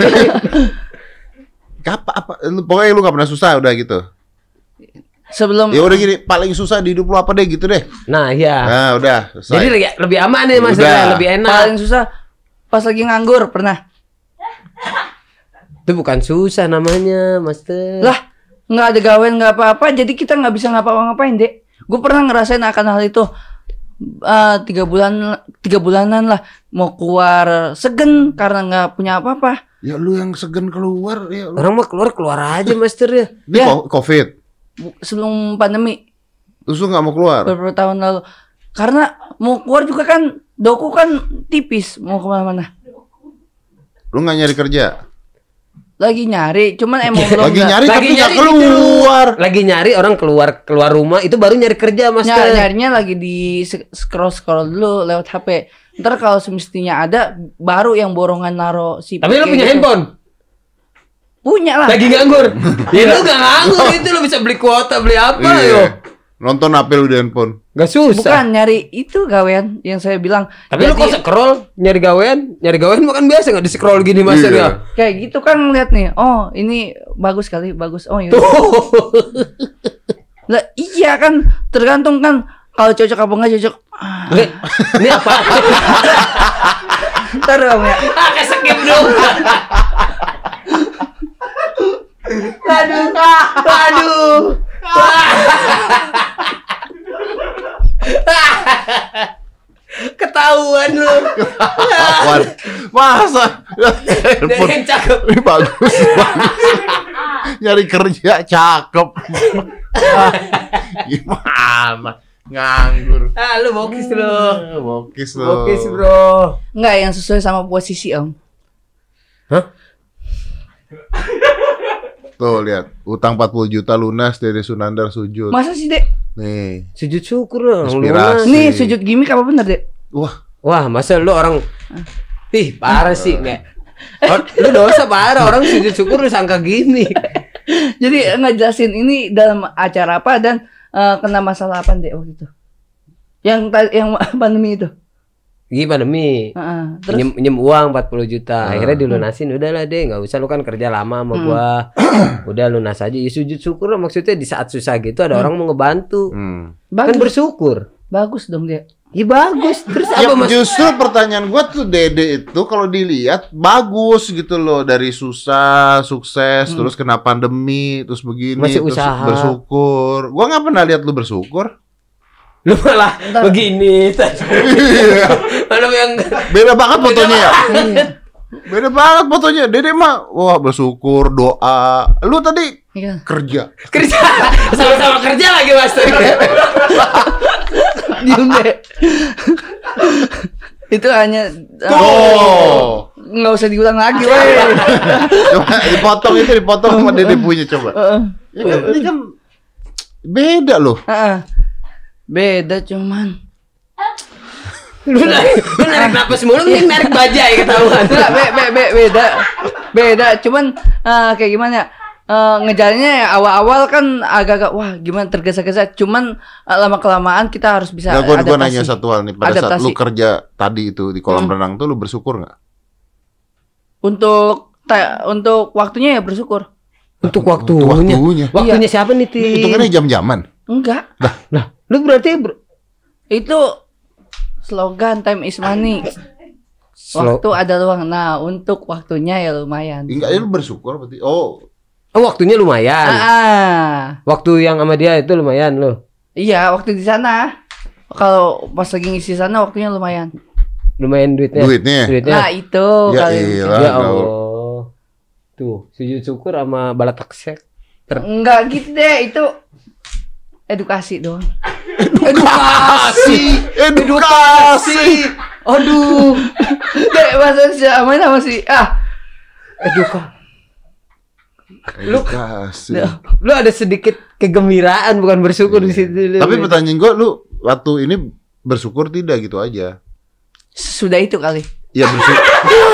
Apa? Pokoknya lu nggak pernah susah udah gitu.
Sebelum
Ya udah gini, paling susah di hidup lu apa deh gitu deh.
Nah, iya.
Nah udah. Selesai.
Jadi lebih aman nih Master,
Udah.
lebih enak.
paling susah pas lagi nganggur pernah.
Itu bukan susah namanya, Master.
Lah, nggak ada gawean nggak apa-apa, jadi kita nggak bisa ngapa-ngapain, Dek. Gue pernah ngerasain akan hal itu. 3 bulanan lah mau keluar segen karena nggak punya apa-apa.
Ya lu yang segen keluar ya. Lu.
Orang mah keluar aja Master ya.
Ini
Ya.
COVID.
Sebelum pandemi
Terus lu nggak mau keluar.
beberapa tahun lalu, karena mau keluar juga kan doku kan tipis mau kemana-mana.
Lu nggak nyari kerja.
Lagi nyari, cuman emang belum
Lagi
nggak-
nyari
Lagi
tapi nggak
nyari
keluar.
Lagi nyari orang keluar rumah itu baru nyari kerja Master.
nyarinya lagi di scroll dulu lewat HP. Ntar kalau semestinya ada, baru yang borongan naro si.
Tapi lu
kayak
punya
gitu.
handphone?
Punya lah.
Lagi nganggur. Ya lu gak nganggur itu lu bisa beli kuota, beli apa
Iya.
yo.
Nonton apa lu di handphone?
Gak susah.
Bukan nyari itu gawean yang saya bilang.
Tapi lu kok scroll nyari gawean makan biasa nggak di scroll gini Master
Iya.
ya?
kayak gitu kan lihat nih. Oh, ini bagus kali, bagus. Oh, iya. Lah iya kan tergantung kan kalau cocok apa enggak cocok.
Ini apa?
Ntar dong ya.
Skip dong. Aduh. Ketahuan lu.
Wan, masa
Dari
handphone
yang cakep.
ini bagus. Nyari kerja cakep. Gimana? Nganggur.
Ah, lu bokis lu.
Bokis lo.
Bokis, Bro.
Enggak yang sesuai sama posisi, Om.
Hah?
Tuh lihat, utang 40 juta lunas dari Sunandar sujud.
Masa sih, Dek?
Nih.
Sujud syukur dong.
Inspirasi.
Nih sujud gimmick apa bener, Dek?
Wah,
Wah, masa lu orang Ih, parah sih, nggak. Lu dosa parah, orang sujud syukur lu sangka gini.
Jadi ngejelasin ini dalam acara apa dan kena masalah apa deh waktu itu? Yang pandemi itu.
Iya pandemi.
Terus
Nyem uang 40 juta. Akhirnya dilunasin, udahlah deh, enggak usah lu kan kerja lama sama gua. Udah lunas aja. Ya sujud syukur lah, maksudnya di saat susah gitu ada orang mau ngebantu. Kan bersyukur.
Bagus dong dia.
Iya bagus. Terus
Ya,
apa mas?
justru pertanyaan gua tuh Dede itu kalau dilihat bagus gitu loh, dari susah, sukses, terus kena pandemi, terus begini,
Masih
terus
usaha.
bersyukur. Gua nggak pernah lihat lu bersyukur.
Lu malah begini. Mana yang
Beda banget fotonya ya. Beda banget fotonya. Dede mah wah bersyukur, doa. Lu tadi
Iya.
kerja.
kerja sama-sama kerja lagi mas.
Diem deh. Itu hanya
Oh.
nggak usah diulang lagi, woi.
Coba dipotong sama Dede punya coba. Ya kan, ini kan beda loh.
Beda cuman.
Lu narik napas mulu, nih narik bajai ketahuan.
Enggak, beda. Cuman kayak gimana ya? Ngejalannya ya awal-awal kan agak-agak wah gimana tergesa-gesa. Cuman lama-kelamaan kita harus bisa
Nah, gua
adaptasi.
nanya satu hal nih, pada saat
Adaptasi.
lu kerja tadi itu di kolam renang tuh lu bersyukur nggak?
Untuk waktunya ya bersyukur.
Untuk waktunya. Waktunya siapa nih, Tin?
Itu kan jam-jaman.
Enggak.
Lah, lu berarti
Itu slogan time is money. Waktu ada luang. Nah, untuk waktunya ya lumayan.
Enggak, lu bersyukur berarti. Oh,
waktunya lumayan. Waktu yang sama dia itu lumayan lo.
Iya, waktu di sana. Kalau pas lagi ngisi sana waktunya lumayan.
Lumayan duitnya.
Nah, itu
ya
kali.
iyalah.
Ya Allah. Tuh, sujud syukur sama balatak sek.
Enggak gitu deh, itu edukasi doang.
Edukasi.
Aduh. Dek, masa sama sih.
Edukasi.
Lu ada sedikit kegembiraan bukan bersyukur di situ.
Tapi pertanyaan gua, lu waktu ini bersyukur tidak gitu aja?
Sudah itu kali.
Ya bersyukur.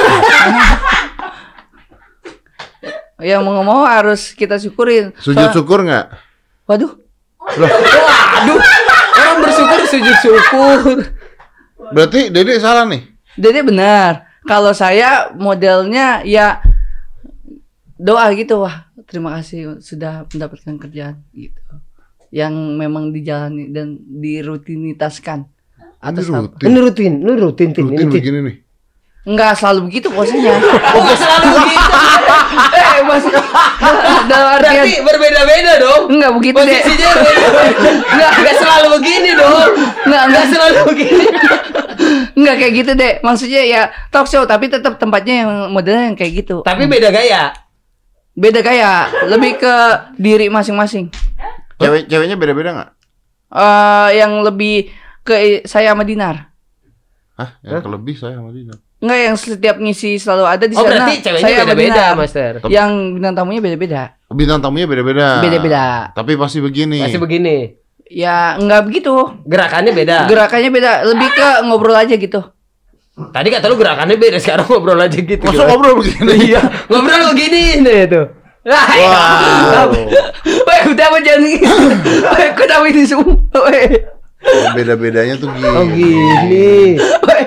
Yang mau harus kita syukurin.
Sujud syukur nggak?
Waduh.
Aduh, orang bersyukur sujud syukur.
Berarti Dede salah nih.
Jadi benar. Kalau saya modelnya ya doa gitu, wah terima kasih sudah mendapatkan kerjaan gitu. Yang memang dijalani dan dirutinitaskan. Atas
Ini rutin, lu rutin, Tin.
Rutin begini nih.
Enggak selalu begitu posisinya.
Enggak selalu begitu.
Masih dalam artian
Berarti berbeda-beda dong.
enggak begitu deh.
Posisinya enggak selalu begini dong.
Enggak
Selalu begini.
enggak kayak gitu deh. Maksudnya ya talk show tapi tetap tempatnya yang modelnya yang kayak gitu.
Tapi beda gaya.
Beda gaya, lebih ke diri masing-masing.
Ceweknya beda-beda nggak?
Yang lebih ke saya sama Dinar.
Hah? Yang kelebih saya sama dia.
Enggak yang setiap ngisi selalu ada di
Oh,
sana.
berarti ceweknya
saya sama
beda-beda,
Dinar.
Master.
Yang bintang tamunya beda-beda.
Bintang tamunya beda-beda.
Beda-beda.
Tapi pasti begini.
Masih begini.
Ya enggak begitu.
Gerakannya beda.
Gerakannya beda, lebih ke ngobrol aja gitu.
Tadi kata lu gerakannya beda, sekarang ngobrol aja gitu.
Masa ngobrol begini?
Iya, ngobrol begini nih tuh.
Wow.
Weh, udah apa jangan gitu. Weh, kenapa ini semua? Weh.
Beda-bedanya tuh gini.
Oh gini.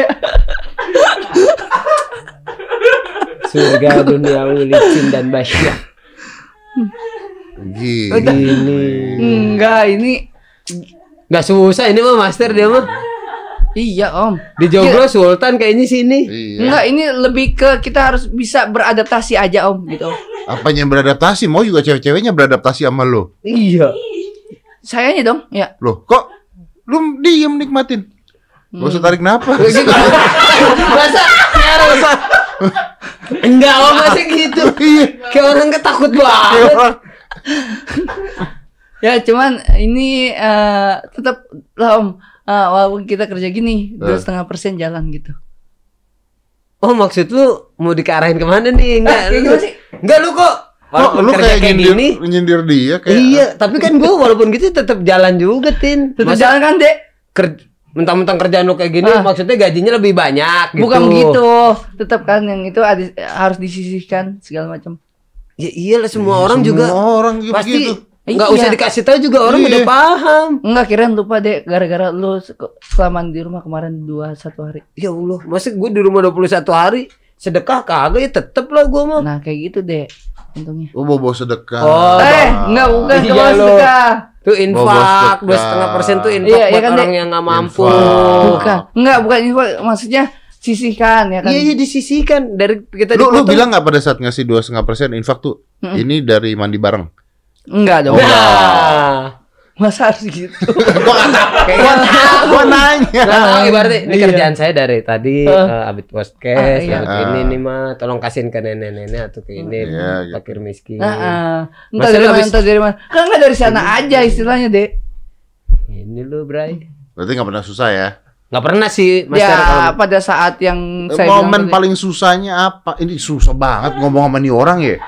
Surga dunia licin dan basyah.
Gini.
Enggak, ini
Gak susah ini mah Master dia mah.
iya, Om.
Di Joglo Sultan kayaknya sini.
Iya.
Enggak, ini lebih ke kita harus bisa beradaptasi aja, Om, gitu.
Apanya yang beradaptasi? Mau juga cewek-ceweknya beradaptasi sama lo.
Iya.
Sayanya dong, ya.
Loh, kok lu diem nikmatin? Gak usah tarik napas.
Masa harus enggak Om masih gitu. Kayak orang ketakut banget.
Ya, cuman ini tetap lah, Om. Walaupun kita kerja gini 2,5% jalan gitu.
Oh maksud lu mau dikarahin kemana nih? Enggak,
Gimana sih?
enggak lu kok.
Kok lu
kerja
kayak
gini?
nyindir dia kayak
Iya, tapi kan gua walaupun gitu tetap jalan juga, Tin.
Tetap jalan kan, Dek?
Mentang-mentang kerjaan lu kayak gini, maksudnya gajinya lebih banyak gitu.
Bukan begitu. Tetap kan yang itu harus disisihkan segala macam.
Ya iyalah semua orang juga.
Semua orang juga
Pasti
begitu.
nggak
Iya.
usah dikasih tahu juga orang udah paham.
Enggak, kirain lupa deh gara-gara lu kelamaan di rumah kemarin 21 hari.
Ya Allah, masa gue di rumah 21 hari sedekah kagak ya tetep lah gue mah.
Nah, kayak gitu deh untungnya.
Oh, bobo sedekah.
Oh,
Enggak, bukan
Iya,
kalau
lo.
sedekah.
Tuh infak,
Bobos sedekah.
2,5% tuh infak
Iya, iya
buat
kan,
orang
Dek?
yang nggak mampu.
Infak.
Bukan infak, maksudnya sisihkan ya kan.
Iya, iya disisihkan dari kita
Lu
dipotong.
bilang nggak pada saat ngasih 2,5% infak tuh? Ini dari mandi bareng.
Enggak dong.
Nah,
Masa harus gitu?
Gua nanya.
nah, ibaratnya ini
Iya.
kerjaan saya dari tadi abis podcast,
iya.
abis ini nih mah tolong kasihin ke nenek-nenek atau ke ini
Iya, gitu.
fakir miskin.
Entah
Masa
dari
lu
mana,
habis-
entah dari mana. Kan enggak dari sana aja istilahnya, Dek.
Ini lo, Bray.
Berarti nggak pernah susah ya?
Nggak pernah sih, Master.
Ya,
kalau-
pada saat yang saya
Momen
bilang tadi.
paling susahnya apa? Ini susah banget ngomong sama nih orang ya.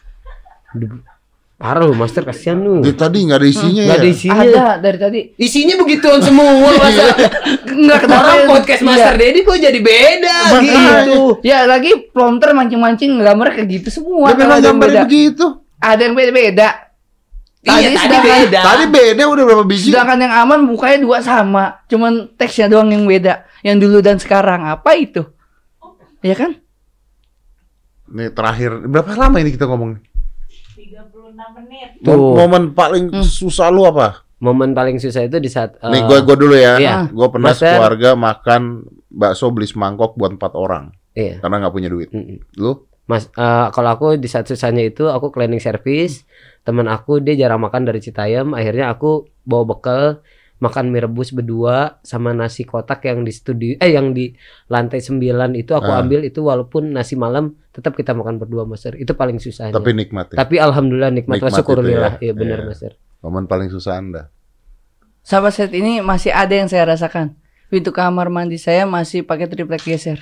Parah lu, Master, kasihan lu.
Dari tadi nggak ada isinya
Nggak
ya.
ada isinya.
Ada dari tadi.
Isinya begituan semua, masa.
Enggak
Orang podcast Master Dedi kok jadi beda
Makanya.
gitu.
Ya lagi prompter mancing-mancing gambar kayak gitu semua.
Ya
Kalau
memang
ada yang
gambarnya
beda.
begitu.
Ada yang beda-beda.
Iya, tadi
sedangkan-
beda.
Tadi beda udah berapa biji?
Sedangkan yang aman mukanya 2 sama, cuman teksnya doang yang beda. Yang dulu dan sekarang apa itu? Ya kan?
Nih terakhir berapa lama ini kita ngomong?
36 menit.
Tuh.
Momen paling susah lu apa?
Momen paling susah itu di saat
Nih gua dulu ya.
Iya.
Gua pernah
Master.
sekeluarga makan bakso beli semangkok buat 4 orang
Iya.
karena nggak punya duit.
Mm-mm.
Lu?
Mas, kalau aku di saat susahnya itu aku cleaning service. Teman aku dia jarang makan dari Citayam. Akhirnya aku bawa bekal makan mie rebus berdua sama nasi kotak yang di studio yang di lantai 9 itu aku ambil itu walaupun nasi malam tetap kita makan berdua, Master. Itu paling susahnya.
Tapi nikmat ya.
Tapi alhamdulillah nikmat,
Nikmat
syukurillah.
itu ya.
Iya benar,
Iya.
Master.
Momen paling susah Anda.
Sampai saat ini masih ada yang saya rasakan. Pintu kamar mandi saya masih pakai triplek geser.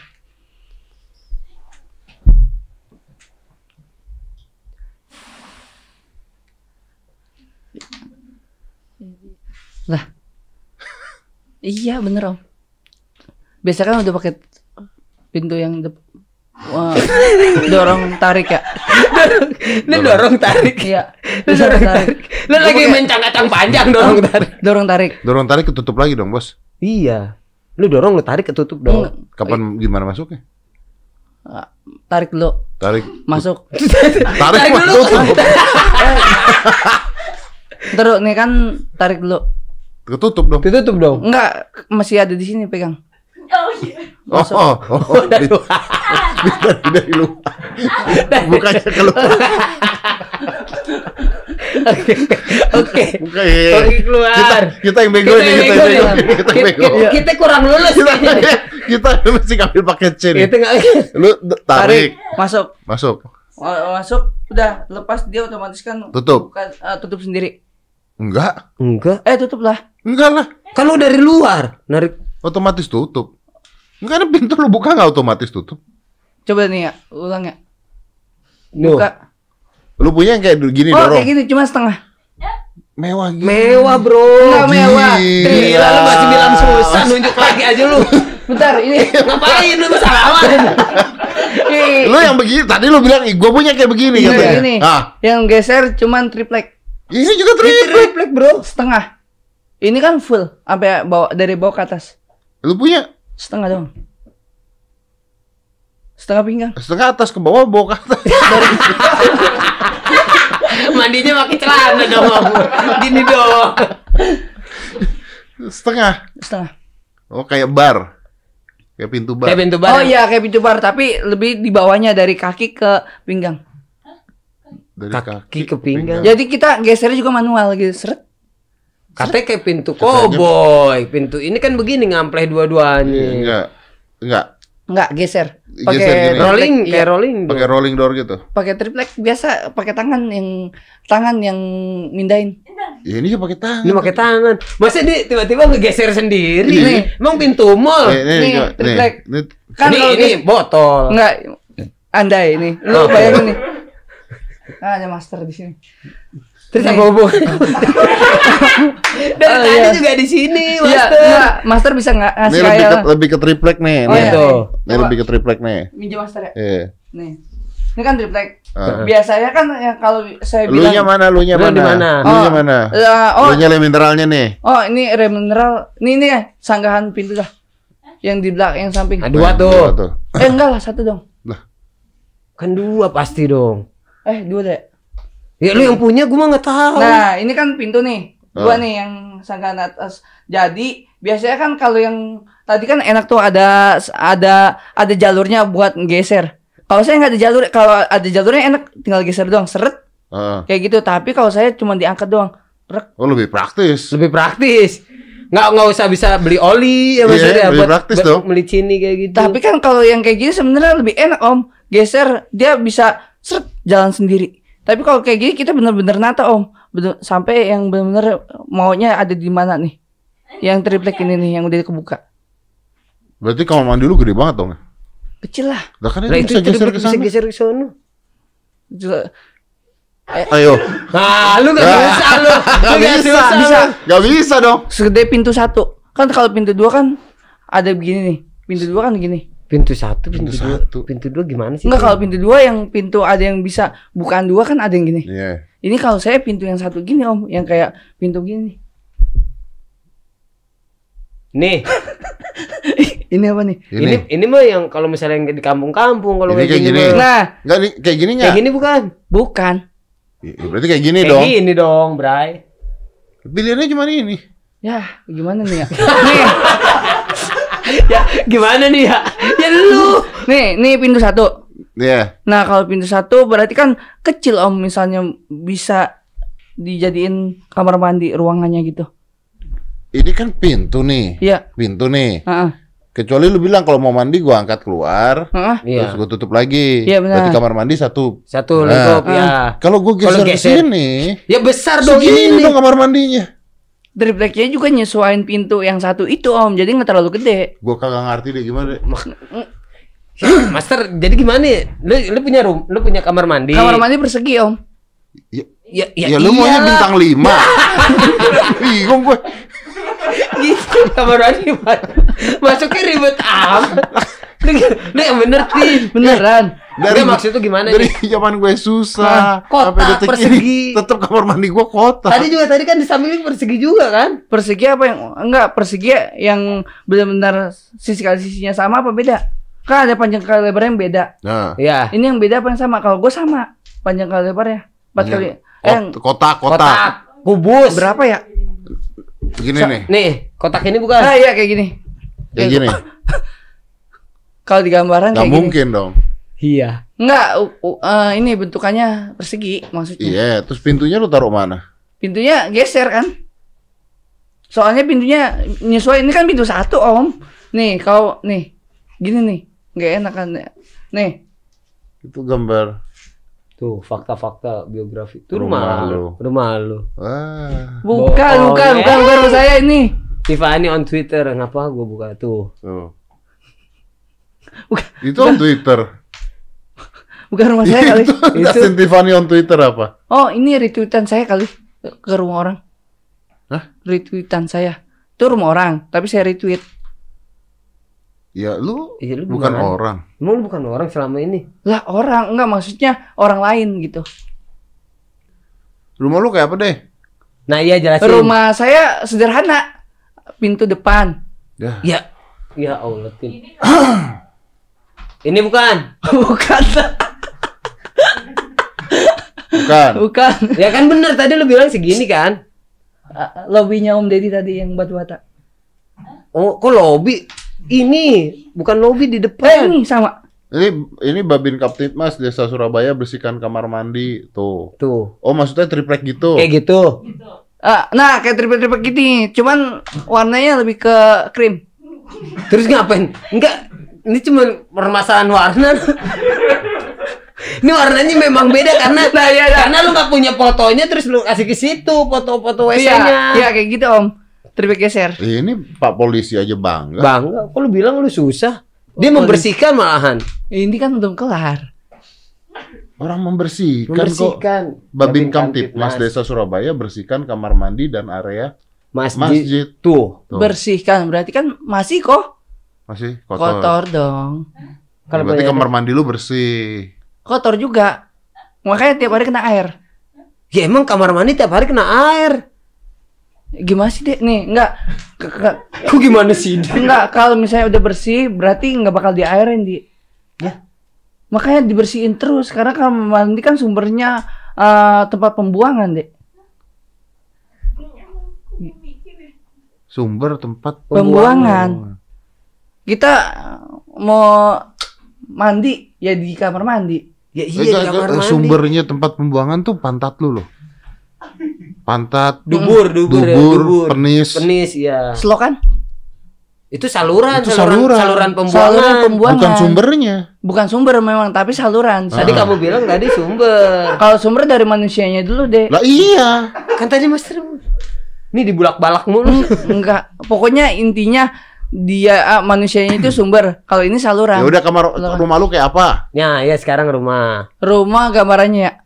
Lah. Iya bener Om. Biasa kan udah pakai pintu yang dorong tarik ya.
Ini dorong tarik.
Iya. Dorong tarik.
Lu lagi main cangkacang panjang dorong tarik.
Dorong tarik.
Dorong tarik ketutup lagi dong, Bos.
Iya. Lu dorong, lu tarik ketutup dong.
Kapan gimana masuknya?
Tarik dulu.
Tarik.
Masuk.
Tarik
Tarik dulu.
tutup.
Terus nih kan tarik dulu.
Ketutup dong.
Ditutup dong.
Enggak, masih ada di sini pegang.
Oh iya.
Dari luar. Bukannya keluar.
Oke.
Bukan, iya.
Oke, keluar.
Kita yang bego nih, kita yang bego. Kita yang bego.
Kita kurang lulus.
Kita mesti ngambil paket C nih.
Itu enggak.
Lu tarik,
Masuk.
masuk.
Masuk, udah lepas dia otomatis kan
Tutup.
tutup sendiri.
Enggak.
Enggak.
Tutup lah.
Enggak lah.
Kan lu dari luar narik.
Otomatis tutup. Enggak ada pintu lu buka enggak otomatis tutup.
Coba nih ya, ulang ya.
Nuh.
Buka.
Lu punya yang kayak gini
Oh,
dorong.
kayak gini cuma setengah.
Mewah gitu.
Mewah, Bro.
Enggak mewah.
Gila, lu masih bilang susah, nunjuk lagi aja lu.
Bentar, ini.
Ngapain lu salaman?
Lu yang begini, tadi lu bilang, "Gua punya kayak begini,"
Ini,
katanya.
ini.
Ah,
Yang geser cuman triplek.
ini juga triplek.
Triplek, Bro.
Setengah. Ini kan full sampai bawah dari bawah ke atas.
Lu punya
Setengah dong. Setengah pinggang.
setengah atas ke bawah, bawah ke atas.
Mandinya pakai celana dong, Om. Gini dong.
Setengah.
Setengah.
Oh, kayak bar. Kayak pintu bar.
Kayak pintu
Oh
bar.
iya, kayak pintu bar tapi lebih di bawahnya dari kaki ke pinggang.
Dari
Kaki ke pinggang.
Jadi kita gesernya juga manual gitu, seret.
Katanya kayak pintu koboi. Pintu ini kan begini ngampleh dua-duanya.
Enggak. Enggak.
Enggak, geser.
Geser
Pakai
gini.
triplek,
Rolling,
iya.
kayak rolling.
Pakai rolling door gitu.
Pakai triplek biasa, pakai tangan yang mindahin.
Ya ini juga pakai tangan.
Ini pakai tangan. Masa dia tiba-tiba ngegeser sendiri?
Ini.
Emang pintu mall?
Nih,
juga,
triplek.
Nih.
Kan
ini
kalau
ini botol.
enggak andai ini. Lu bayangin nih. Nah, ada master di sini.
Terus apa hubungannya? Dari
Oh,
tadi
iya.
juga di sini,
Iya,
Master.
enggak, Master bisa nggak
Ini
ngasih kayak
lebih ke triplek nih.
Oh,
nih.
iya.
Tuh.
Ini lebih ke triplek nih.
minjem Master ya?
Iya.
Nih. Ini kan triplek.
Ah.
Biasanya kan ya kalau saya
Lu nya
bilang
mana? Lu nya
Lu di
mana?
mana?
Lu nya mana?
oh,
Lu nya le mineralnya nih.
oh ini rem mineral. Ini ya sanggahan pintu dah. Yang di belakang yang samping.
Nah, dua
Dua
tuh.
Enggak lah, satu dong.
Kan dua pasti dong.
Dua deh.
Ya lu yang punya gua mah nggak tahu.
Nah, ini kan pintu nih. Dua
Ah.
nih yang sanggahan atas. Jadi, biasanya kan kalau yang tadi kan enak tuh ada jalurnya buat geser. Kalau saya nggak ada jalur, kalau ada jalurnya enak tinggal geser doang, seret
Ah.
kayak gitu. Tapi kalau saya cuma diangkat doang. Rek.
Oh, lebih praktis.
Lebih praktis. Nggak usah bisa beli oli ya
Iya,
maksudnya
lebih
buat
praktis dong.
beli cini kayak gitu.
Tapi kan kalau yang kayak gini sebenarnya lebih enak Om. Geser dia bisa seret jalan sendiri. Tapi kalau kayak gini kita bener-bener nata Om. Sampai yang bener-bener maunya ada di mana nih. Yang triplek ini nih yang udah kebuka.
Berarti kamar mandi lu gede banget dong.
Kecil lah.
Lah kan
Nah,
itu bisa geser ke
bisa
sana.
geser ke sono.
Kecil.
Ayo.
Nah, lu nggak bisa lu.
Gak bisa,
bisa.
Gak bisa dong.
Segede pintu 1. Kan kalau pintu 2 kan ada begini nih. Pintu 2 kan gini.
Pintu satu, pintu
Pintu
dua.
satu.
Pintu dua gimana sih?
Enggak, kalau pintu 2 yang pintu ada yang bisa bukan 2 kan ada yang gini.
Iya.
Ini kalau saya pintu yang 1 gini Om, yang kayak pintu gini.
Nih,
Ini apa nih?
ini mah yang kalau misalnya yang di kampung-kampung kalau
Ini
kayak
kayak
gini.
gini.
mah.
Nah,
Enggak nih kayak gini
Kayak
enggak?
gini bukan?
bukan.
Berarti kayak gini
Kayak
dong.
gini dong, Bray.
Pilihannya cuma ini.
Ya, gimana nih ya? Nih,
Ya, gimana nih ya? Ya lu.
nih pintu 1.
Iya.
Nah, kalau pintu 1 berarti kan kecil Om, misalnya bisa dijadiin kamar mandi ruangannya gitu.
Ini kan pintu nih.
Iya.
Pintu nih.
Heeh.
Kecuali lu bilang kalau mau mandi gua angkat keluar,
Heeh.
Iya.
terus gua tutup lagi.
Iya, benar.
Berarti kamar mandi satu.
Satu
Nah.
lingkup ya.
Kalau gua
Kalau
geser ke
geser.
sini,
Ya besar dong
segini
ini.
dong kamar mandinya.
Tripleknya juga nyesuaiin pintu yang 1 itu Om, jadi nggak terlalu gede.
Gua kagak ngerti deh gimana.
Master, jadi gimana ya? Lu punya lu punya kamar mandi.
Kamar mandi persegi Om.
Ya, lu maunya
iyalah.
bintang 5. Bingung gue.
Gitu kamar mandi masuknya ribet amat. Lu yang bener sih.
Beneran.
Enggak, maksud tuh gimana
dari
nih?
zaman gue susah
Kotak,
detik
persegi.
ini tetap kamar mandi gue kotak.
Tadi kan di samping persegi juga kan?
Persegi apa yang enggak persegi yang benar-benar sisi kali sisinya sama apa beda? Kan ada panjang kali lebarnya yang beda.
Nah,
Iya.
Ini yang beda apa yang sama? Kalau gue sama panjang kali lebarnya 4 kali.
kotak.
Kotak, kubus.
Berapa ya?
Gini nih.
Nih, kotak ini bukan.
Ah iya kayak gini.
Kayak gini.
Kalau di gambaran
Gak
kayak gini.
mungkin dong.
Iya.
Enggak, ini bentukannya persegi maksudnya.
Iya, terus pintunya lu taruh mana?
Pintunya geser kan? Soalnya pintunya nyesuai ini kan pintu 1 Om. Nih, kau nih. Gini nih. Nggak enak kan. Nih.
Itu gambar.
Tuh, fakta-fakta biografi. Itu
Rumah
rumah
lu.
lu. Rumah lu.
Wah.
Bukan
Bohong,
rumah saya ini.
Tiffany on Twitter, ngapa gua buka tuh?
Tuh.
Bukan.
Itu on Twitter.
Bukan rumah saya kali.
Itu Justin Tiffany on Twitter apa?
Oh, ini retweetan saya kali ke rumah orang.
Hah?
Retweetan saya. Itu rumah orang, tapi saya retweet.
Ya lu
Iya, lu
bukan
gimana?
orang.
Emang lu bukan orang selama ini?
Lah, orang enggak maksudnya orang lain gitu.
Rumah lu kayak apa deh?
Nah, iya jelasin.
Rumah saya sederhana. Pintu depan.
Ya.
Ya. Ya Allah, Tin. Ini bukan.
Bukan.
Bukan.
Bukan.
Ya kan bener tadi lu bilang segini kan?
Lobbynya Om Deddy tadi yang batu bata.
Oh, kok lobby? Ini bukan lobby di depan.
Ini sama.
Ini Babin Kaptipmas Desa Surabaya bersihkan kamar mandi tuh.
Tuh.
Oh, maksudnya triplek gitu.
Kayak gitu.
Nah, kayak triplek gini, cuman warnanya lebih ke krim.
Terus ngapain? Enggak, ini cuma permasalahan warna. Ini warnanya memang beda karena karena lu nggak punya fotonya terus lu kasih ke situ foto-foto WC-nya.
Iya, kayak gitu Om. Triplek geser.
Ini Pak Polisi aja bangga.
Bangga, kok lu bilang lu susah? Dia membersihkan malahan.
Ini kan belum kelar.
Orang membersihkan kok.
Membersihkan.
Babin Kamtipmas Desa Surabaya bersihkan kamar mandi dan area masjid.
Tuh.
Bersihkan berarti kan masih kok
Masih
kotor dong.
Ya, berarti kamar mandi lu bersih.
Kotor juga. Makanya tiap hari kena air.
Ya emang kamar mandi tiap hari kena air.
Gimana sih, Dek? Nih, enggak.
Kok gimana sih?
Enggak, kalau misalnya udah bersih, berarti enggak bakal diairin, Di.
Ya.
Makanya dibersihin terus, karena kamar mandi kan sumbernya tempat pembuangan, Dek.
Sumber tempat
Pembuangan. Kita mau mandi, ya di kamar mandi.
Ya iya di kamar mandi.
Sumbernya tempat pembuangan tuh pantat lu loh. Pantat,
Dubur,
penis.
Penis ya.
Selokan?
Itu saluran,
Itu
saluran pembuangan.
Saluran pembuangan.
Bukan sumbernya.
Bukan sumber memang, tapi saluran.
Tadi kamu bilang tadi sumber.
Kalau sumber dari manusianya dulu, Dek.
Lah iya.
Kan tadi Mas ini dibulak-balak mulu.
Enggak, pokoknya intinya dia manusianya itu sumber. Kalau ini saluran.
Ya udah kamar rumah lu kayak apa?
Ya, ya sekarang rumah.
Rumah gambarannya ya.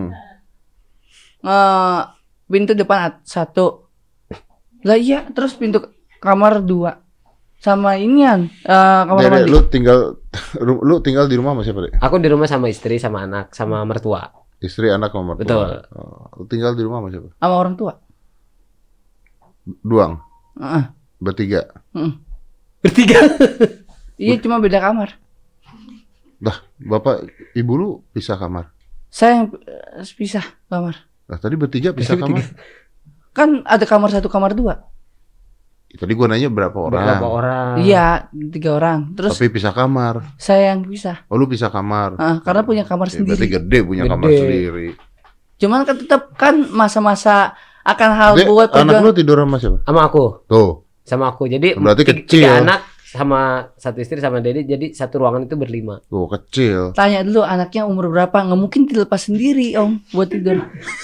Hmm.
Pintu depan 1. Lah iya, terus pintu kamar 2. Sama inian kamar
Jadi
mandi.
lu tinggal di rumah sama siapa, Dek?
Aku di rumah sama istri, sama anak, sama mertua.
Istri, anak, sama mertua.
Betul.
Oh, lu tinggal di rumah sama siapa?
Sama orang tua.
Duang.
Heeh.
Bertiga.
Bertiga.
Iya, cuma beda kamar.
Dah, bapak ibu lu pisah kamar.
Saya yang pisah kamar.
Nah, tadi bertiga pisah kamar.
Kan ada kamar 1, kamar 2.
Tadi gua nanya berapa orang.
Berapa orang?
Iya, 3 orang. Terus
Tapi pisah kamar.
saya yang pisah.
Oh, lu pisah kamar.
Karena punya kamar
Ya, berarti
sendiri.
gede punya kamar
Gede.
sendiri.
Cuman kan tetap kan masa-masa akan hal
Dek,
buat
anak lu tidur sama siapa?
Sama aku.
Tuh.
Sama aku. Jadi
Berarti
tiga
kecil.
anak sama satu istri sama Dedi, jadi satu ruangan itu berlima.
Tuh, kecil.
Tanya dulu anaknya umur berapa? Nggak mungkin dilepas sendiri, Om, buat tidur.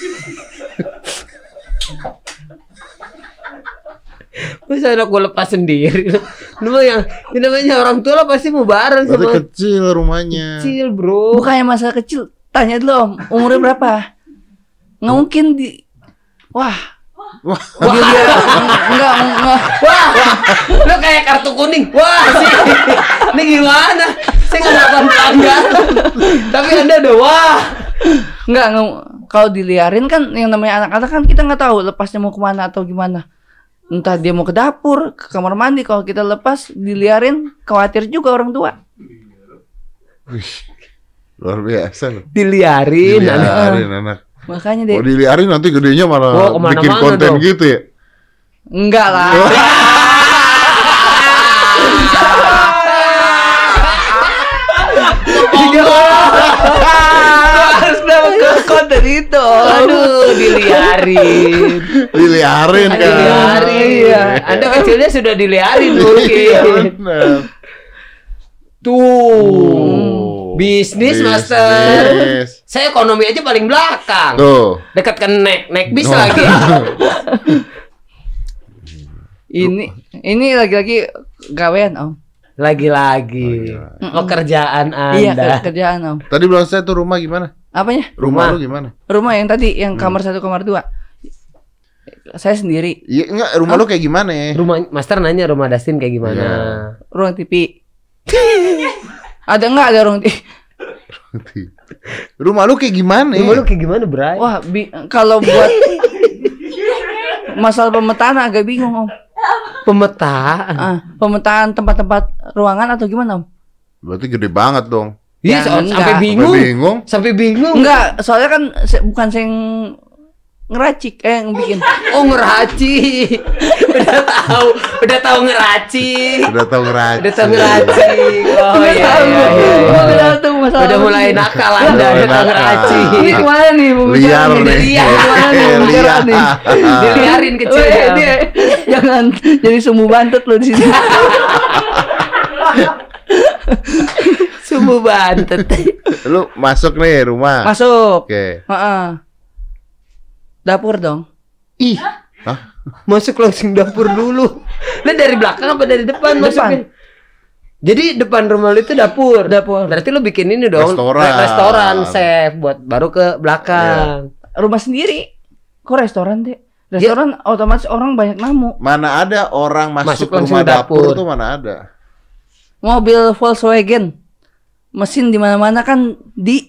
Masa anak gue lepas sendiri? Namanya orang tua lah pasti mau bareng
Berarti
sama
kecil rumahnya.
kecil, bro.
Bukannya masalah kecil. Tanya dulu, Om, umurnya berapa? Nggak mungkin di... Wah. Enggak.
Wah, lo kayak kartu kuning. Wah, sih. Ini gimana? Saya nggak dapat pelanggan. Tapi Anda udah wah.
Enggak, kalau diliarin kan yang namanya anak-anak kan kita nggak tahu lepasnya mau kemana atau gimana. Entah dia mau ke dapur, ke kamar mandi. Kalau kita lepas, diliarin, khawatir juga orang tua.
Wih, luar biasa loh.
Diliarin.
Diliarin anak.
Makanya deh.
Oh, diliarin nanti gedenya malah
Oh, kemana-mana
bikin konten
dong.
gitu ya?
Enggak lah. Harus dapat konten itu.
Aduh, diliarin.
Diliarin kan?
Diliarin.
Iya.
Anda kecilnya sudah diliarin
Iya,
mungkin.
benar.
Tuh. Bisnis, Master.
Bisnis.
Saya ekonomi aja paling belakang.
Tuh.
Dekat ke naik bis
Oh.
lagi.
Ini lagi-lagi gawean, Om.
Lagi-lagi. Pekerjaan
Iya,
Anda.
kerjaan, Om.
Tadi bilang saya tuh rumah gimana?
Apanya?
Rumah
Rumah.
lu gimana?
Rumah yang tadi, yang kamar 1, kamar 2. Saya sendiri.
Iya, enggak, rumah lu kayak gimana ya?
Rumah Master nanya rumah Dustin kayak gimana?
Iya.
Ruang TV. Ada nggak ada ruang TV?
Rumah lu kayak gimana?
Rumah lu kayak gimana, Bray?
Wah, kalau buat masalah pemetaan agak bingung, Om.
Pemetaan.
Pemetaan tempat-tempat ruangan atau gimana, Om?
Berarti gede banget dong.
Iya,
Ya, enggak.
sampai bingung.
Sampai bingung.
Sampai bingung.
Enggak, soalnya kan bukan saya yang ngeracik, yang bikin.
Oh, ngeraci. Udah tahu ngeraci.
Udah tahu ngeracik.
Udah tahu ngeraci. Oh
Udah
iya.
tahu.
Iya, iya.
Udah tahu masalah.
Udah mulai nakal Anda,
Udah
udah tahu
nakal.
ngeraci.
Ini kemana nih?
Liar nih.
Liar.
Kemana nih? Liar nih.
Diliarin kecil.
Weh, dia jangan jadi sumbu bantet lo di sini.
Sumbu bantet.
Lu masuk nih rumah.
Masuk.
Oke.
Heeh. Dapur dong.
Ih. Hah?
Masuk langsung dapur dulu. Lah dari belakang apa dari depan
Depan.
masuknya? Jadi depan rumah lu itu dapur.
Dapur.
Berarti lu bikin ini dong.
Restoran.
Restoran chef buat baru ke belakang.
Rumah sendiri. Kok restoran deh? Restoran otomatis orang banyak namu.
Mana ada orang
Masuk
masuk,
langsung
rumah dapur
dapur.
tuh mana ada.
Mobil Volkswagen. Mesin di mana-mana kan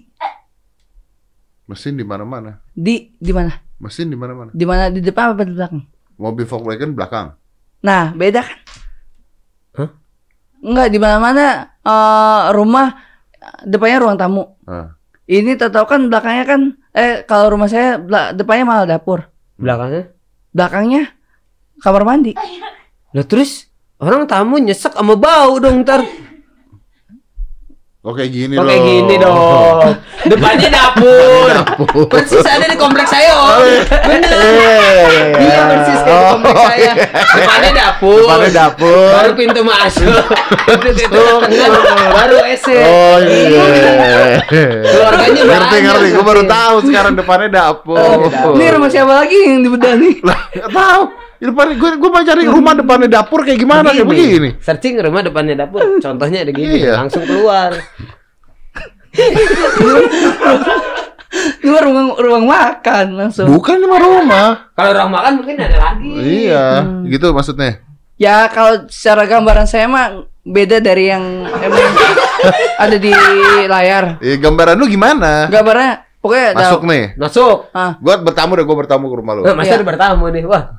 Mesin di mana-mana.
di mana?
Mesin di mana-mana.
Di mana, di depan apa di belakang?
Mobil Volkswagen belakang.
Nah, beda kan?
Hah?
Enggak, di mana-mana rumah depannya ruang tamu.
Ah.
Ini tahu kan belakangnya kan kalau rumah saya depannya malah dapur.
Belakangnya.
Belakangnya kamar mandi.
Lah terus orang tamu nyesek sama bau dong ntar.
Kok kayak gini
Kok
loh.
kayak gini dong. Depannya dapur. Persis ada di kompleks saya, Om. Bener. Iya persis kayak di kompleks saya. Depannya dapur.
Depannya dapur.
Baru pintu masuk. Pintu tengah, baru WC.
Oh iya.
Keluarganya banyak.
Ngerti. Gue baru
pasti.
tahu sekarang depannya dapur.
Ini rumah siapa lagi yang dibedah nih?
Nggak tahu. Di depan gue mau cari rumah depannya dapur kayak gimana kayak begini.
Searching rumah depannya dapur. Contohnya ada gini,
Iya.
langsung keluar.
Ini ruang makan langsung.
Bukan cuma rumah.
Kalau orang makan mungkin ada lagi.
Iya, gitu maksudnya.
Ya kalau secara gambaran saya mah beda dari yang emang ada di layar.
Gambaran lu gimana?
Gambarnya pokoknya
Masuk nih.
Masuk.
Gue bertamu ke rumah lu.
Master
Iya.
bertamu nih. Wah.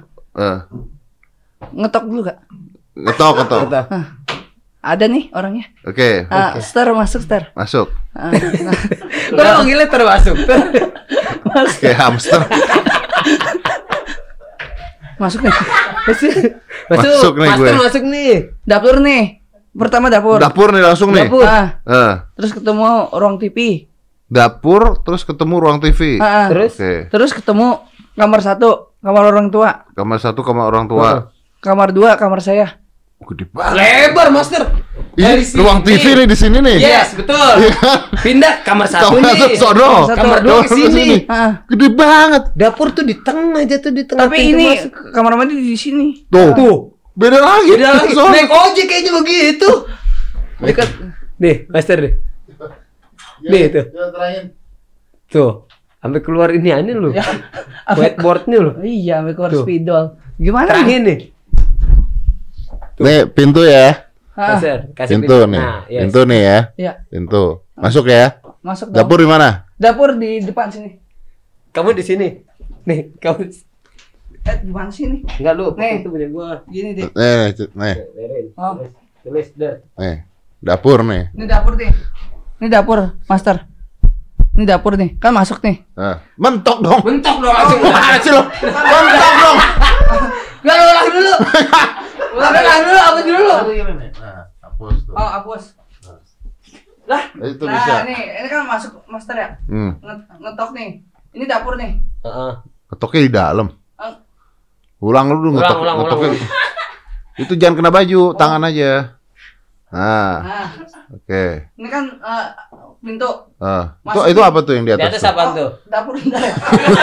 Ngetok dulu gak?
Ngetok.
Ada nih orangnya.
Oke,
Star masuk Star.
masuk.
Kok manggilnya termasuk?
Kayak hamster.
Masuk nih.
Masuk nih gue.
Master masuk nih.
Dapur nih. Pertama dapur.
Dapur nih langsung nih.
Dapur.
Terus ketemu ruang TV.
Dapur terus ketemu ruang TV.
Terus?
Oke.
Terus ketemu kamar 1, kamar orang tua.
Kamar 1 kamar orang tua.
Kamar 2, kamar saya.
Gede banget.
Lebar, Master.
Ini
Dari sini.
ruang TV nih di sini nih.
Yes, betul. Pindah kamar satu
Kamar
nih.
sono.
Kamar dua ke sini.
Gede banget.
Dapur tuh di tengah aja tuh di tengah.
Tapi
pintu
ini
masuk.
kamar mandi di sini.
Tuh. Beda lagi.
Beda lagi.
Sono.
Naik ojek kayaknya begitu. Dekat. Nih, Master deh. Nih tuh. Tuh. Sampai keluar ini aneh lu. Whiteboardnya lu.
Iya, sampai keluar
Tuh.
spidol. Gimana
Terakhir
nih?
nih.
Nih pintu ya.
Master, kasih
Pintu nih.
Nah, yes.
Pintu nih ya.
Iya,
Pintu. Masuk ya.
masuk dong.
Dapur di mana?
Dapur di depan sini.
Kamu di sini. Nih, kamu
Di mana sini?
enggak lu,
Nih.
itu punya gua.
Gini deh.
Nih.
Lerin.
Oh.
Tulis dah.
Nih. Dapur nih.
Ini dapur nih. Ini dapur, Master. Ini dapur nih. Kan masuk nih.
Nah, mentok dong.
Mentok dong langsung.
Mana sih lo? Mentok dong.
Enggak, ulang dulu. Ulang dulu, apa dulu?
Nah, hapus tuh.
Oh, hapus. Lah,
Itu
nah
bisa.
nih, ini kan masuk Master ya. Ngetok nih. Ini dapur nih.
Heeh.
Ketoknya di dalam.
Eh,
Ulang lu ngetok. Ngetoknya. Itu jangan kena baju, tangan aja. Nah,
Nah,
oke.
ini kan pintu.
Itu apa tuh yang di
Di
atas?
atas
tuh?
apaan tuh?
Dapur bentar ya.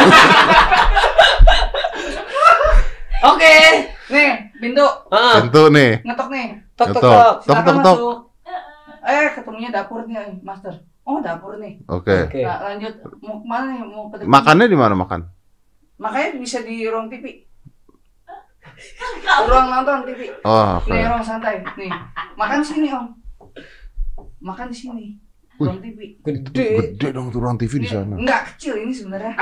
Oke.
Nih, pintu.
Heeh.
Pintu nih.
Ngetok nih.
Tok tok
Ngetok.
tok.
Tok,
Silakan
tok.
masuk. Ketemunya dapur nih, Master. Oh, dapur nih.
Oke.
Oke.
Nah, lanjut. Mau kemana nih? Mau ke depan?
Makannya di mana makan?
Makanya bisa di ruang TV. Ruang nonton TV.
Oh, oke.
Nih, ruang santai. Nih. Makan sini, Om. Makan di sini. Ruang TV.
Gede.
Gede dong tuh ruang TV di
Ini
sana.
enggak kecil ini sebenarnya.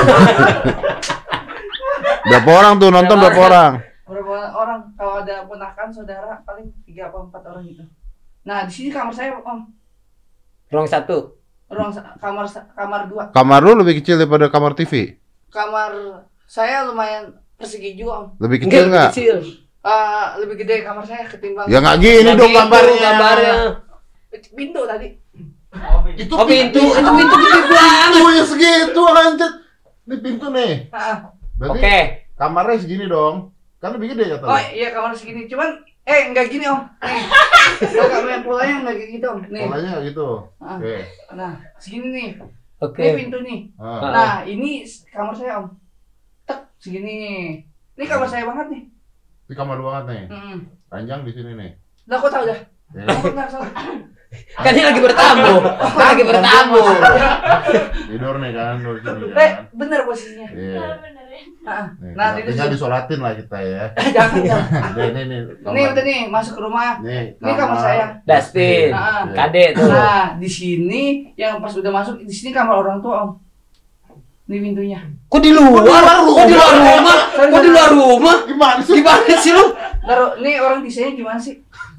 Berapa orang tuh nonton berapa orang?
Berapa orang? Kalau ada ponakan, saudara, paling 3 atau 4 orang gitu. Nah, di sini kamar saya, Om.
Ruang satu.
Kamar 2.
Kamar lu lebih kecil daripada kamar TV?
Kamar saya lumayan persegi juga, Om.
Lebih kecil
lebih
nggak?
kecil.
Lebih gede kamar saya ketimbang
Ya nggak gini
Yang
dong
itu
gambarnya.
gambarnya.
pintu tadi.
Itu
Oh pintu, itu pintu gede banget.
Pintu ya segitu anjir. Ini pintu nih. Berarti
Oke.
kamarnya segini dong. Kan lebih gede
Oh
jatuhnya.
iya kamar segini, cuman enggak gini, Om. Nih. Enggak polanya enggak kayak gitu, Om. Nih.
Polanya nggak gitu.
Ah.
Oke.
Nah, segini nih.
Oke.
Ini pintu nih.
Ah.
Nah, ini kamar saya, Om. Tek, segini. Ini kamar saya banget nih.
Di kamar banget nih.
Mm.
Ranjang di sini nih.
Lah kok tahu dah?
Kan ini lagi bertamu. Lagi bertamu.
Tidur nih kan, tidur sini kan.
Bener posisinya.
Iya.
Bener ya.
Nih,
Nah, itu
tinggal disolatin lah kita ya.
jangan.
Nih.
Nih udah nih masuk ke rumah.
Nih,
Ini kamar saya.
Dustin,
Ah.
Kade tuh.
Nah, di sini yang pas udah masuk di sini kamar orang tua, Om. Ini pintunya.
Kok di luar? Kok di luar rumah? Kok di luar rumah?
Gimana sih?
Gimana sih lu?
Taruh, nih orang desainnya gimana sih?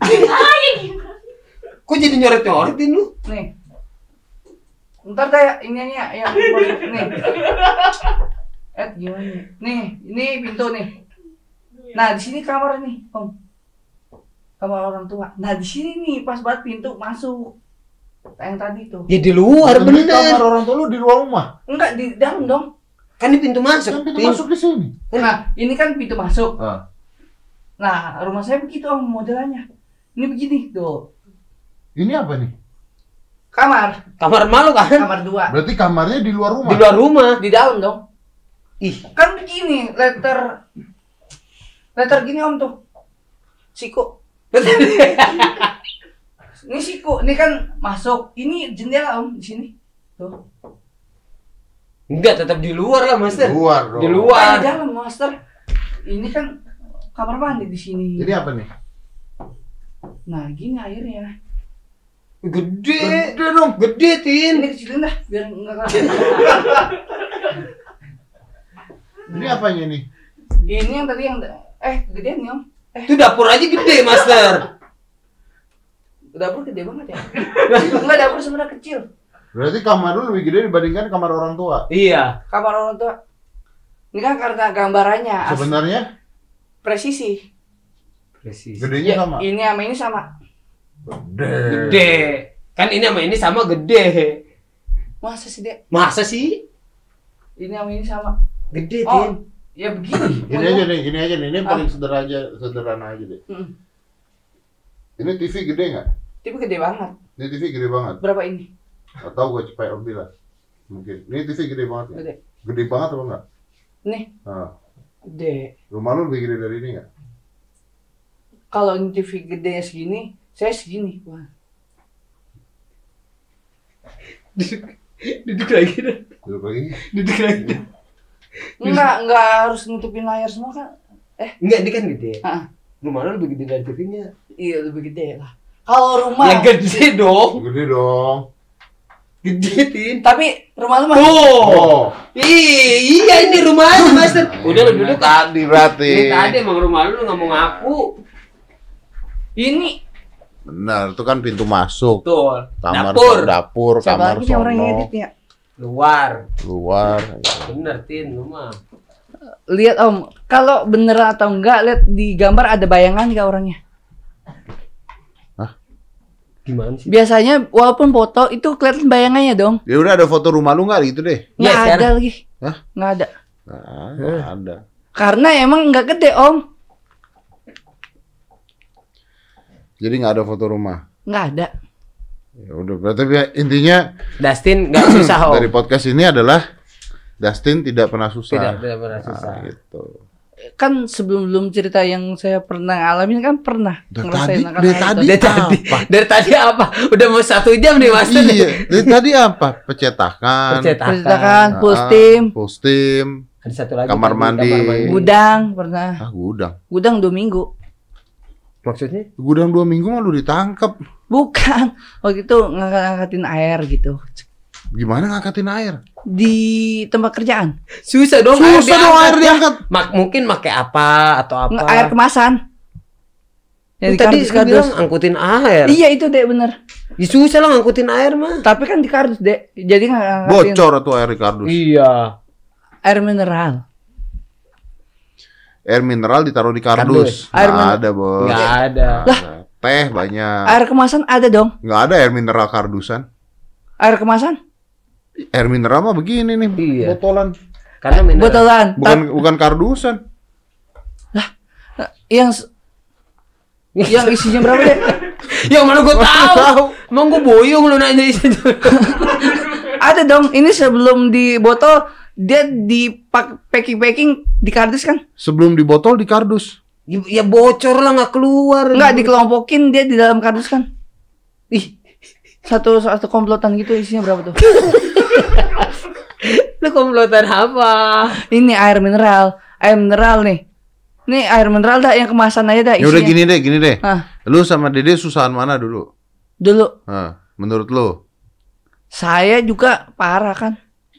Kok jadi nyoret-nyoretin lu?
Nih. Ntar deh ini yang nih. Gimana nih? Nih, ini pintu nih. Nah, di sini kamar nih, Om. Kamar orang tua. Nah, di sini nih pas banget pintu masuk. Yang tadi tuh.
Ya di luar
Tapi kamar
bener.
orang tua lu di luar rumah.
Enggak di dalam dong.
Kan di pintu masuk.
Kan pintu masuk di sini.
Nah, ini kan pintu masuk.
Ah.
Nah, rumah saya begitu Om modelannya. Ini begini tuh.
Ini apa nih?
Kamar,
Kamar malu kan?
kamar 2.
Berarti kamarnya di luar rumah.
Di luar rumah.
Di dalam dong.
Ih,
Kan begini, letter gini Om tuh. Siku. Ini siku, ini kan masuk. Ini jendela Om di sini. Tuh.
enggak tetap di luar lah,
Di
Master.
luar dong.
Di
Di
luar.
dalam, Master. Ini kan kamar mandi di sini.
Jadi apa nih?
Nah, gini airnya.
Gede.
Gede dong.
Gede, Tin.
Ini kecilin dah biar enggak kelihatan.
Ini apanya nih?
Ini yang tadi yang gedean nih Om.
Itu dapur aja gede, Master.
Dapur gede banget ya. Enggak, dapur sebenarnya kecil.
Berarti kamar lu lebih gede dibandingkan kamar orang tua.
Iya.
Kamar orang tua. Ini kan karena gambarannya
Sebenarnya
presisi.
Presis.
gedenya sama.
Ini sama ini sama.
Gede.
Gede. Kan ini sama ini sama gede.
Masa sih, Dek?
Masa sih?
Ini sama ini sama.
Gede,
Oh,
Tin.
ya begini.
Gini aja nih. Ini yang paling sederhana aja deh.
Mm.
Ini TV gede nggak?
Tapi gede banget.
Ini TV gede banget.
Berapa ini?
Gak tau gue cepet Om bilang. Mungkin. Ini TV gede banget nggak?
Gede.
Gede banget apa enggak?
Nih,
Nah,
gede.
rumah lu lebih gede dari ini nggak?
Kalau ini TV gedenya segini, saya segini. Wah.
Duduk lagi dah.
Duduk lagi.
Duduk lagi.
Enggak harus nutupin layar semua kan.
Enggak, ini kan gede.
Heeh.
Rumah lu lebih gede dari TV-nya.
Iya, lebih gede lah. Kalau rumah,
Ya gede dong.
Gede dong.
Gede, Tin.
tapi rumah lu mah
Oh.
Iya ini rumahnya, Master. Udah lu duduk.
Tadi berarti.
Ini tadi emang rumah lu nggak mau ngaku.
ini
Benar, itu kan pintu masuk.
Betul.
Kamar
Dapur.
siapa
kamar
lagi nih orang yang
sono,
edit ya?
Luar.
luar.
Bener, Tin, rumah.
Lihat Om, kalau beneran atau enggak, lihat di gambar ada bayangan enggak orangnya?
Gimana sih?
Biasanya walaupun foto itu kelihatan bayangannya dong.
Ya udah ada foto rumah lu nggak gitu deh?
Iya,
Nggak ada
sekarang.
lagi.
Hah?
Nggak ada.
Nah, nggak ada.
Karena emang nggak gede Om.
Jadi nggak ada foto rumah.
Nggak ada.
Ya udah, berarti ya, intinya
Dustin nggak susah, Om.
dari podcast ini adalah Dustin tidak pernah susah.
Tidak pernah susah.
Nah, gitu.
Kan sebelum cerita yang saya pernah alamin kan pernah
Dari
ngerasain
tadi-
akan
dari
hal
tadi.
itu.
Dari tadi apa? Udah mau 1 jam nih, Master.
Iya, dari tadi apa? Pecetakan.
Percetakan, full
Ah,
steam,
Full steam.
Ada satu lagi.
Kamar
tadi,
mandi.
gudang pernah.
Ah, gudang.
Gudang 2 minggu.
Maksudnya?
Gudang 2 minggu mah lu ditangkap.
Bukan. Waktu itu ngangkatin air gitu.
Gimana ngangkatin air?
Di tempat kerjaan.
Susah dong.
Susah dong air diangkat.
Mungkin pakai apa atau apa?
Air kemasan. Yang di
Tadi
kardus
lu bilang angkutin air.
Iya itu Dek bener.
Ya, susah lah ngangkutin air mah.
Tapi kan di kardus Dek. Jadi ngangkatin
Bocor tuh air di kardus.
Iya.
air mineral.
Air mineral ditaruh di kardus.
Air
Nggak
min-
ada, Bos.
Nggak ada.
Nggak ada. Teh banyak.
Air kemasan ada dong.
Nggak ada air mineral kardusan.
Air kemasan
Air mineral mah begini nih,
Iya.
botolan.
Karena mineral.
botolan.
Bukan kardusan.
Yang yang isinya berapa Dek?
Yang mana gue tahu. Emang gue boyong lu nanya itu.
Ada dong. Ini sebelum di botol dia di packing di kardus kan?
Sebelum di botol di kardus.
Ya bocor lah nggak keluar.
Enggak dikelompokin dia di dalam kardus kan.
Ih,
Satu komplotan gitu isinya berapa tuh?
lu komplotan apa?
Ini air mineral nih. Ini air mineral dah yang kemasan aja dah
Ya
isinya.
udah gini deh.
Ah,
Lu sama Dede susahan mana dulu?
dulu
Menurut lu?
saya juga parah kan.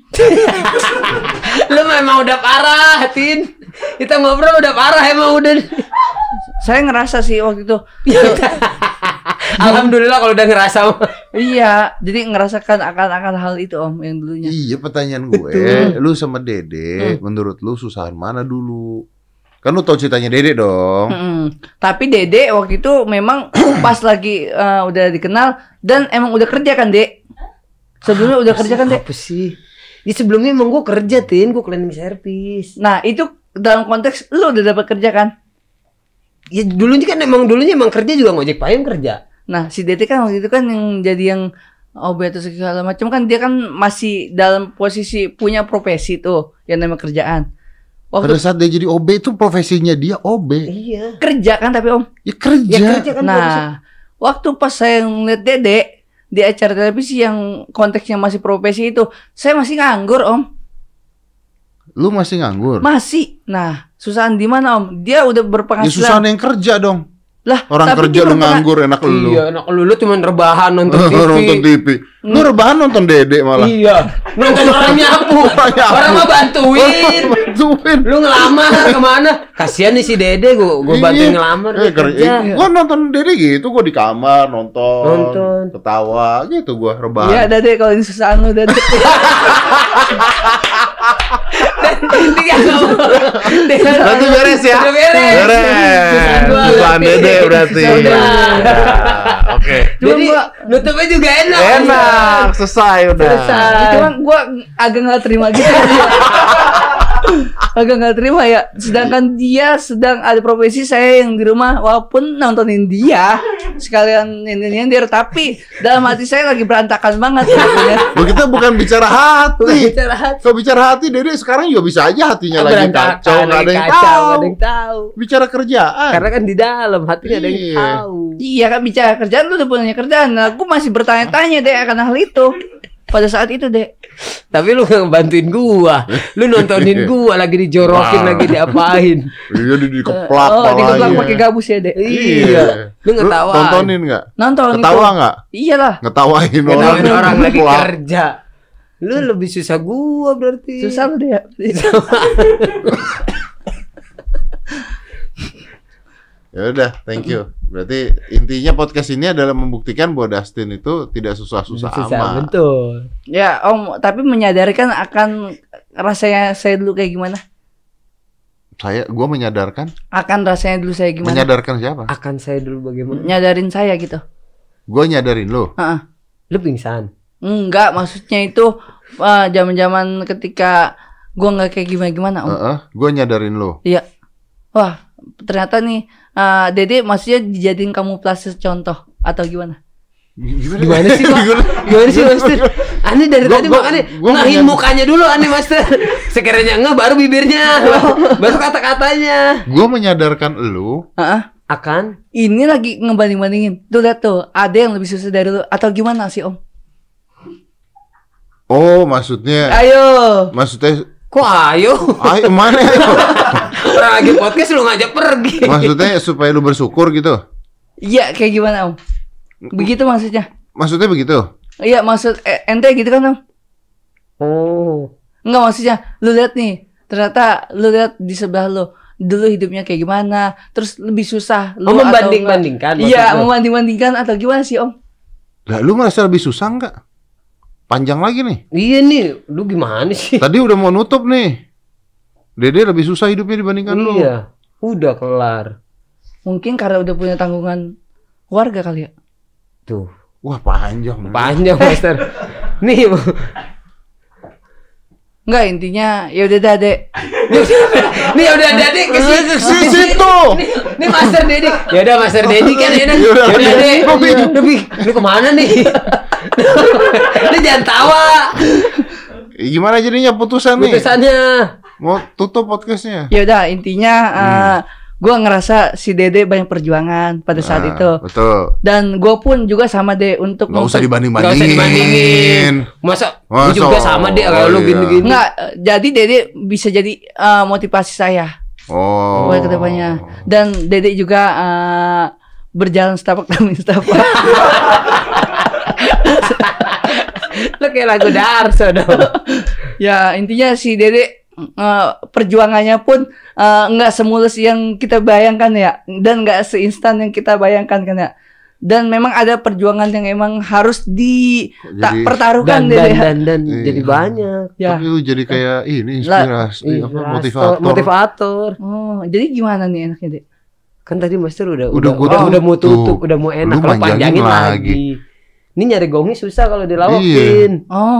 Lu memang udah parah, Tin. Kita ngobrol udah parah emang udah.
Saya ngerasa sih waktu itu.
Alhamdulillah kalau udah ngerasa.
Iya, jadi ngerasakan akan hal itu Om yang dulunya.
Iya, pertanyaan gue, lu sama Dede, menurut lu susahan mana dulu? Kan lu tau ceritanya Dede dong.
Tapi Dede waktu itu memang pas lagi udah dikenal dan emang udah kerja kan, Dek? Sebelumnya udah kerja kan, Dek?
Apa sih? Di sebelumnya emang gue kerja, Tin. Gue cleaning service.
Nah, itu dalam konteks lu udah dapat kerja kan?
Ya dulunya emang kerja juga ngojek payung kerja.
Nah, si Dede kan waktu itu kan yang jadi yang OB atau segala macam kan dia kan masih dalam posisi punya profesi tuh yang namanya kerjaan.
Pada saat dia jadi OB itu profesinya dia OB.
Iya.
Kerja kan tapi Om.
Ya kerja.
Ya kerja kan.
Nah, waktu pas saya ngeliat Dede di acara televisi yang konteksnya masih profesi itu, saya masih nganggur Om.
Lu masih nganggur?
Masih. Nah, susahan di mana Om? Dia udah
Ya
berpenghasilan.
susahan yang kerja dong.
Lah,
Orang
tapi
kerja
dia
lu nganggur enak lu.
Iya, enak lu cuma rebahan nonton TV.
Nonton TV. Lu rebahan nonton Dede malah.
Iya. Nonton orang nyapu. Orang mah bantuin.
Bantuin.
Lu ngelamar kemana? Kasihan nih si Dede, gua bantuin ngelamar dia kerja.
Gua nonton Dede gitu, gua di kamar nonton. Ketawa gitu gua rebahan.
Iya, Dede kalau ini susahan lu Dede.
Berarti beres ya?
Udah beres.
Susahan Dede berarti.
Sudah.
Ya, Oke.
Jadi nutupnya juga enak.
Enak, selesai udah.
Cuma gua agak nggak terima gitu. Agak nggak terima ya. Sedangkan dia sedang ada profesi, saya yang di rumah walaupun nontonin dia sekalian ini dia, tapi dalam hati saya lagi berantakan banget.
Loh, kita bukan bicara hati.
Bicara hati.
Kalau bicara hati, Dede sekarang juga bisa aja hatinya lagi
Berantakan,
kacau, nggak ada yang
kacau,
tahu.
nggak ada yang tahu.
Bicara kerjaan.
Karena kan di dalam hatinya ada yang
Iya.
tahu.
Iya kan bicara kerjaan, lu udah punya kerjaan. Nah, aku masih bertanya-tanya deh akan hal itu pada saat itu deh.
Tapi lu nggak bantuin gua, lu nontonin gua lagi dijorokin,
Wah.
lagi diapain?
Iya, dikeplak
Dikeplak
palanya.
pakai gabus ya deh.
Iya. Lu ngetawain.
Tontonin nggak?
Nonton
Ketawa
itu.
nggak?
Iyalah.
Ngetawain
Ngetawain orang lagi
Wah.
kerja. Lu lebih susah gua berarti.
Susah lu deh.
Ya udah, thank you. Berarti intinya podcast ini adalah membuktikan bahwa Dustin itu tidak susah-susah
Susah,
amat.
betul.
Ya Om, tapi menyadarkan akan rasanya saya dulu kayak gimana?
Gua menyadarkan.
Akan rasanya dulu saya gimana?
Menyadarkan siapa?
Akan saya dulu bagaimana?
Nyadarin saya gitu.
Gua nyadarin lo.
Heeh.
Lu pingsan.
Enggak, maksudnya itu zaman-zaman ketika gua nggak kayak gimana-gimana Om.
Gua nyadarin lo.
Iya. Wah, ternyata nih Dede maksudnya dijadiin kamuflase contoh atau gimana?
Gimana sih, Pak? Gimana sih, Master? Aneh dari tadi makanya ngahin mukanya dulu aneh, Master. Sekiranya enggak baru bibirnya. Baru kata-katanya.
Gua menyadarkan lo.
Heeh.
Akan
Ini lagi ngebanding-bandingin. Tuh lihat tuh, ada yang lebih susah dari lu atau gimana sih Om?
Oh, maksudnya
Ayo.
kok ayo?
Ayo mana?
Orang lagi podcast lu ngajak pergi.
Maksudnya supaya lu bersyukur gitu.
Iya, kayak gimana Om? Begitu maksudnya?
Maksudnya begitu.
Iya, maksud ente gitu kan Om?
Oh.
Enggak, maksudnya lu lihat nih, ternyata lu lihat di sebelah lu dulu hidupnya kayak gimana, terus lebih susah lu atau
membanding-bandingkan
enggak? Iya,
maksud lu?
membanding-bandingkan atau gimana sih Om?
Lah lu merasa lebih susah enggak? Panjang lagi nih.
Iya nih, lu gimana sih?
Tadi udah mau nutup nih. Dede lebih susah hidupnya dibandingkan lu.
Iya, udah kelar.
Mungkin karena udah punya tanggungan keluarga kali ya.
Tuh,
Wah, panjang.
panjang Master. Nih,
Enggak, intinya ya udah dah, Dek.
nih udah Dede ke
situ.
Nih Master Dedi. Ya udah Master Dedi kan ya udah. Ya udah Dede. Lebih, lu kemana nih? Lu jangan tawa.
Gimana jadinya putusan nih?
Putusannya.
Mau tutup podcastnya?
Ya udah, intinya Gue ngerasa si Dede banyak perjuangan pada saat itu.
Betul.
Dan gue pun juga sama deh untuk
Nggak usah
Nggak usah
dibanding-bandingin.
dibandingin. Masa gue juga sama deh kalau lu
iya.
gini-gini.
Nggak, jadi Dede bisa jadi motivasi saya
Oh.
buat kedepannya. Dan Dede juga berjalan setapak demi setapak.
Lu kayak lagu Darso dong.
Ya intinya si Dede perjuangannya pun nggak semulus yang kita bayangkan ya, dan nggak seinstan yang kita bayangkan kan ya. Dan memang ada perjuangan yang emang harus pertaruhkan Dede.
Dan
Iya.
jadi banyak.
Ya.
Tapi lu jadi kayak ini inspirasi, motivator.
Motivator.
Oh, jadi gimana nih enaknya, Dek?
Kan tadi Master
Udah
udah
gua
mau tutup,
tutup.
udah mau enak.
Lu
Kalau
panjangin
panjangin lagi. Ini nyari gongnya susah kalau dilawakin.
Oh,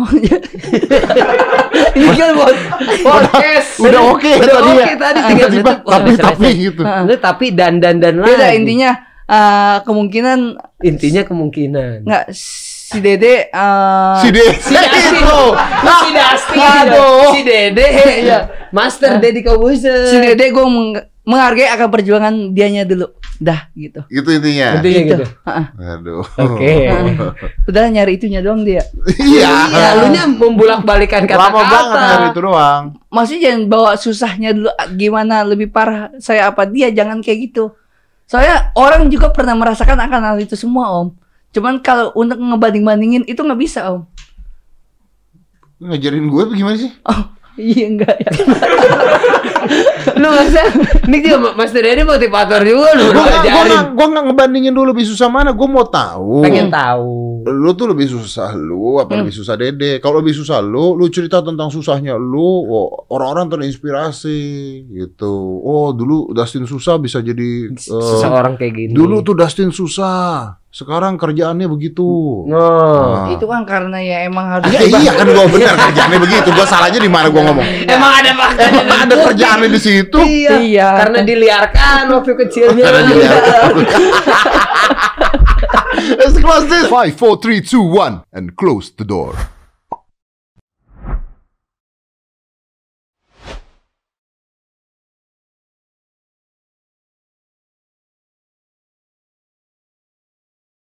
ini kan podcast.
Udah oke
Udah
tadi ya.
oke tadi tinggal
Tiba-tiba,
tutup. Wah,
tapi
selesai.
gitu.
Lu tapi dan
Beda
lagi.
intinya kemungkinan
Intinya kemungkinan.
nggak si Dede
Si Dede
Si Dasti.
itu.
Si Dasti.
Aduh.
Si Dede. Master Deddy Kobuser.
si Dede gue menghargai akan perjuangan dianya dulu. Dah gitu.
Itu intinya.
Intinya gitu.
Heeh.
Aduh.
Oke.
Udah nyari itunya doang dia.
Iya.
Iya, lu nya membulak-balikan
Lama banget
kata-kata.
hari itu doang.
Maksudnya jangan bawa susahnya dulu, gimana lebih parah saya apa dia, jangan kayak gitu. Soalnya orang juga pernah merasakan akan hal itu semua, Om. Cuman kalau untuk ngebanding-bandingin itu nggak bisa, Om.
Ngajarin gue apa gimana sih?
Oh, iya enggak ya.
Lu masa ini juga Master Deddy motivator juga lu ngajarin.
Gue nggak ngebandingin dulu lebih susah mana. Gue mau tahu.
Pengen tahu.
Lu tuh lebih susah lu apa lebih susah Dede? Kalau lebih susah lu cerita tentang susahnya lu, oh, orang-orang terinspirasi gitu. Oh, dulu Dustin susah bisa jadi
Seseorang kayak gini.
dulu tuh Dustin susah. Sekarang kerjaannya begitu.
Oh.
Itu kan karena ya emang harus
Ya, iya kan gua benar kerjaannya begitu. Gua salahnya di mana gua ngomong?
Emang ada fakta.
Emang ada kerjaannya di situ.
Iya.
Karena diliarkan waktu kecilnya.
Let's close this. 5, 4, 3, 2, 1 and close the door.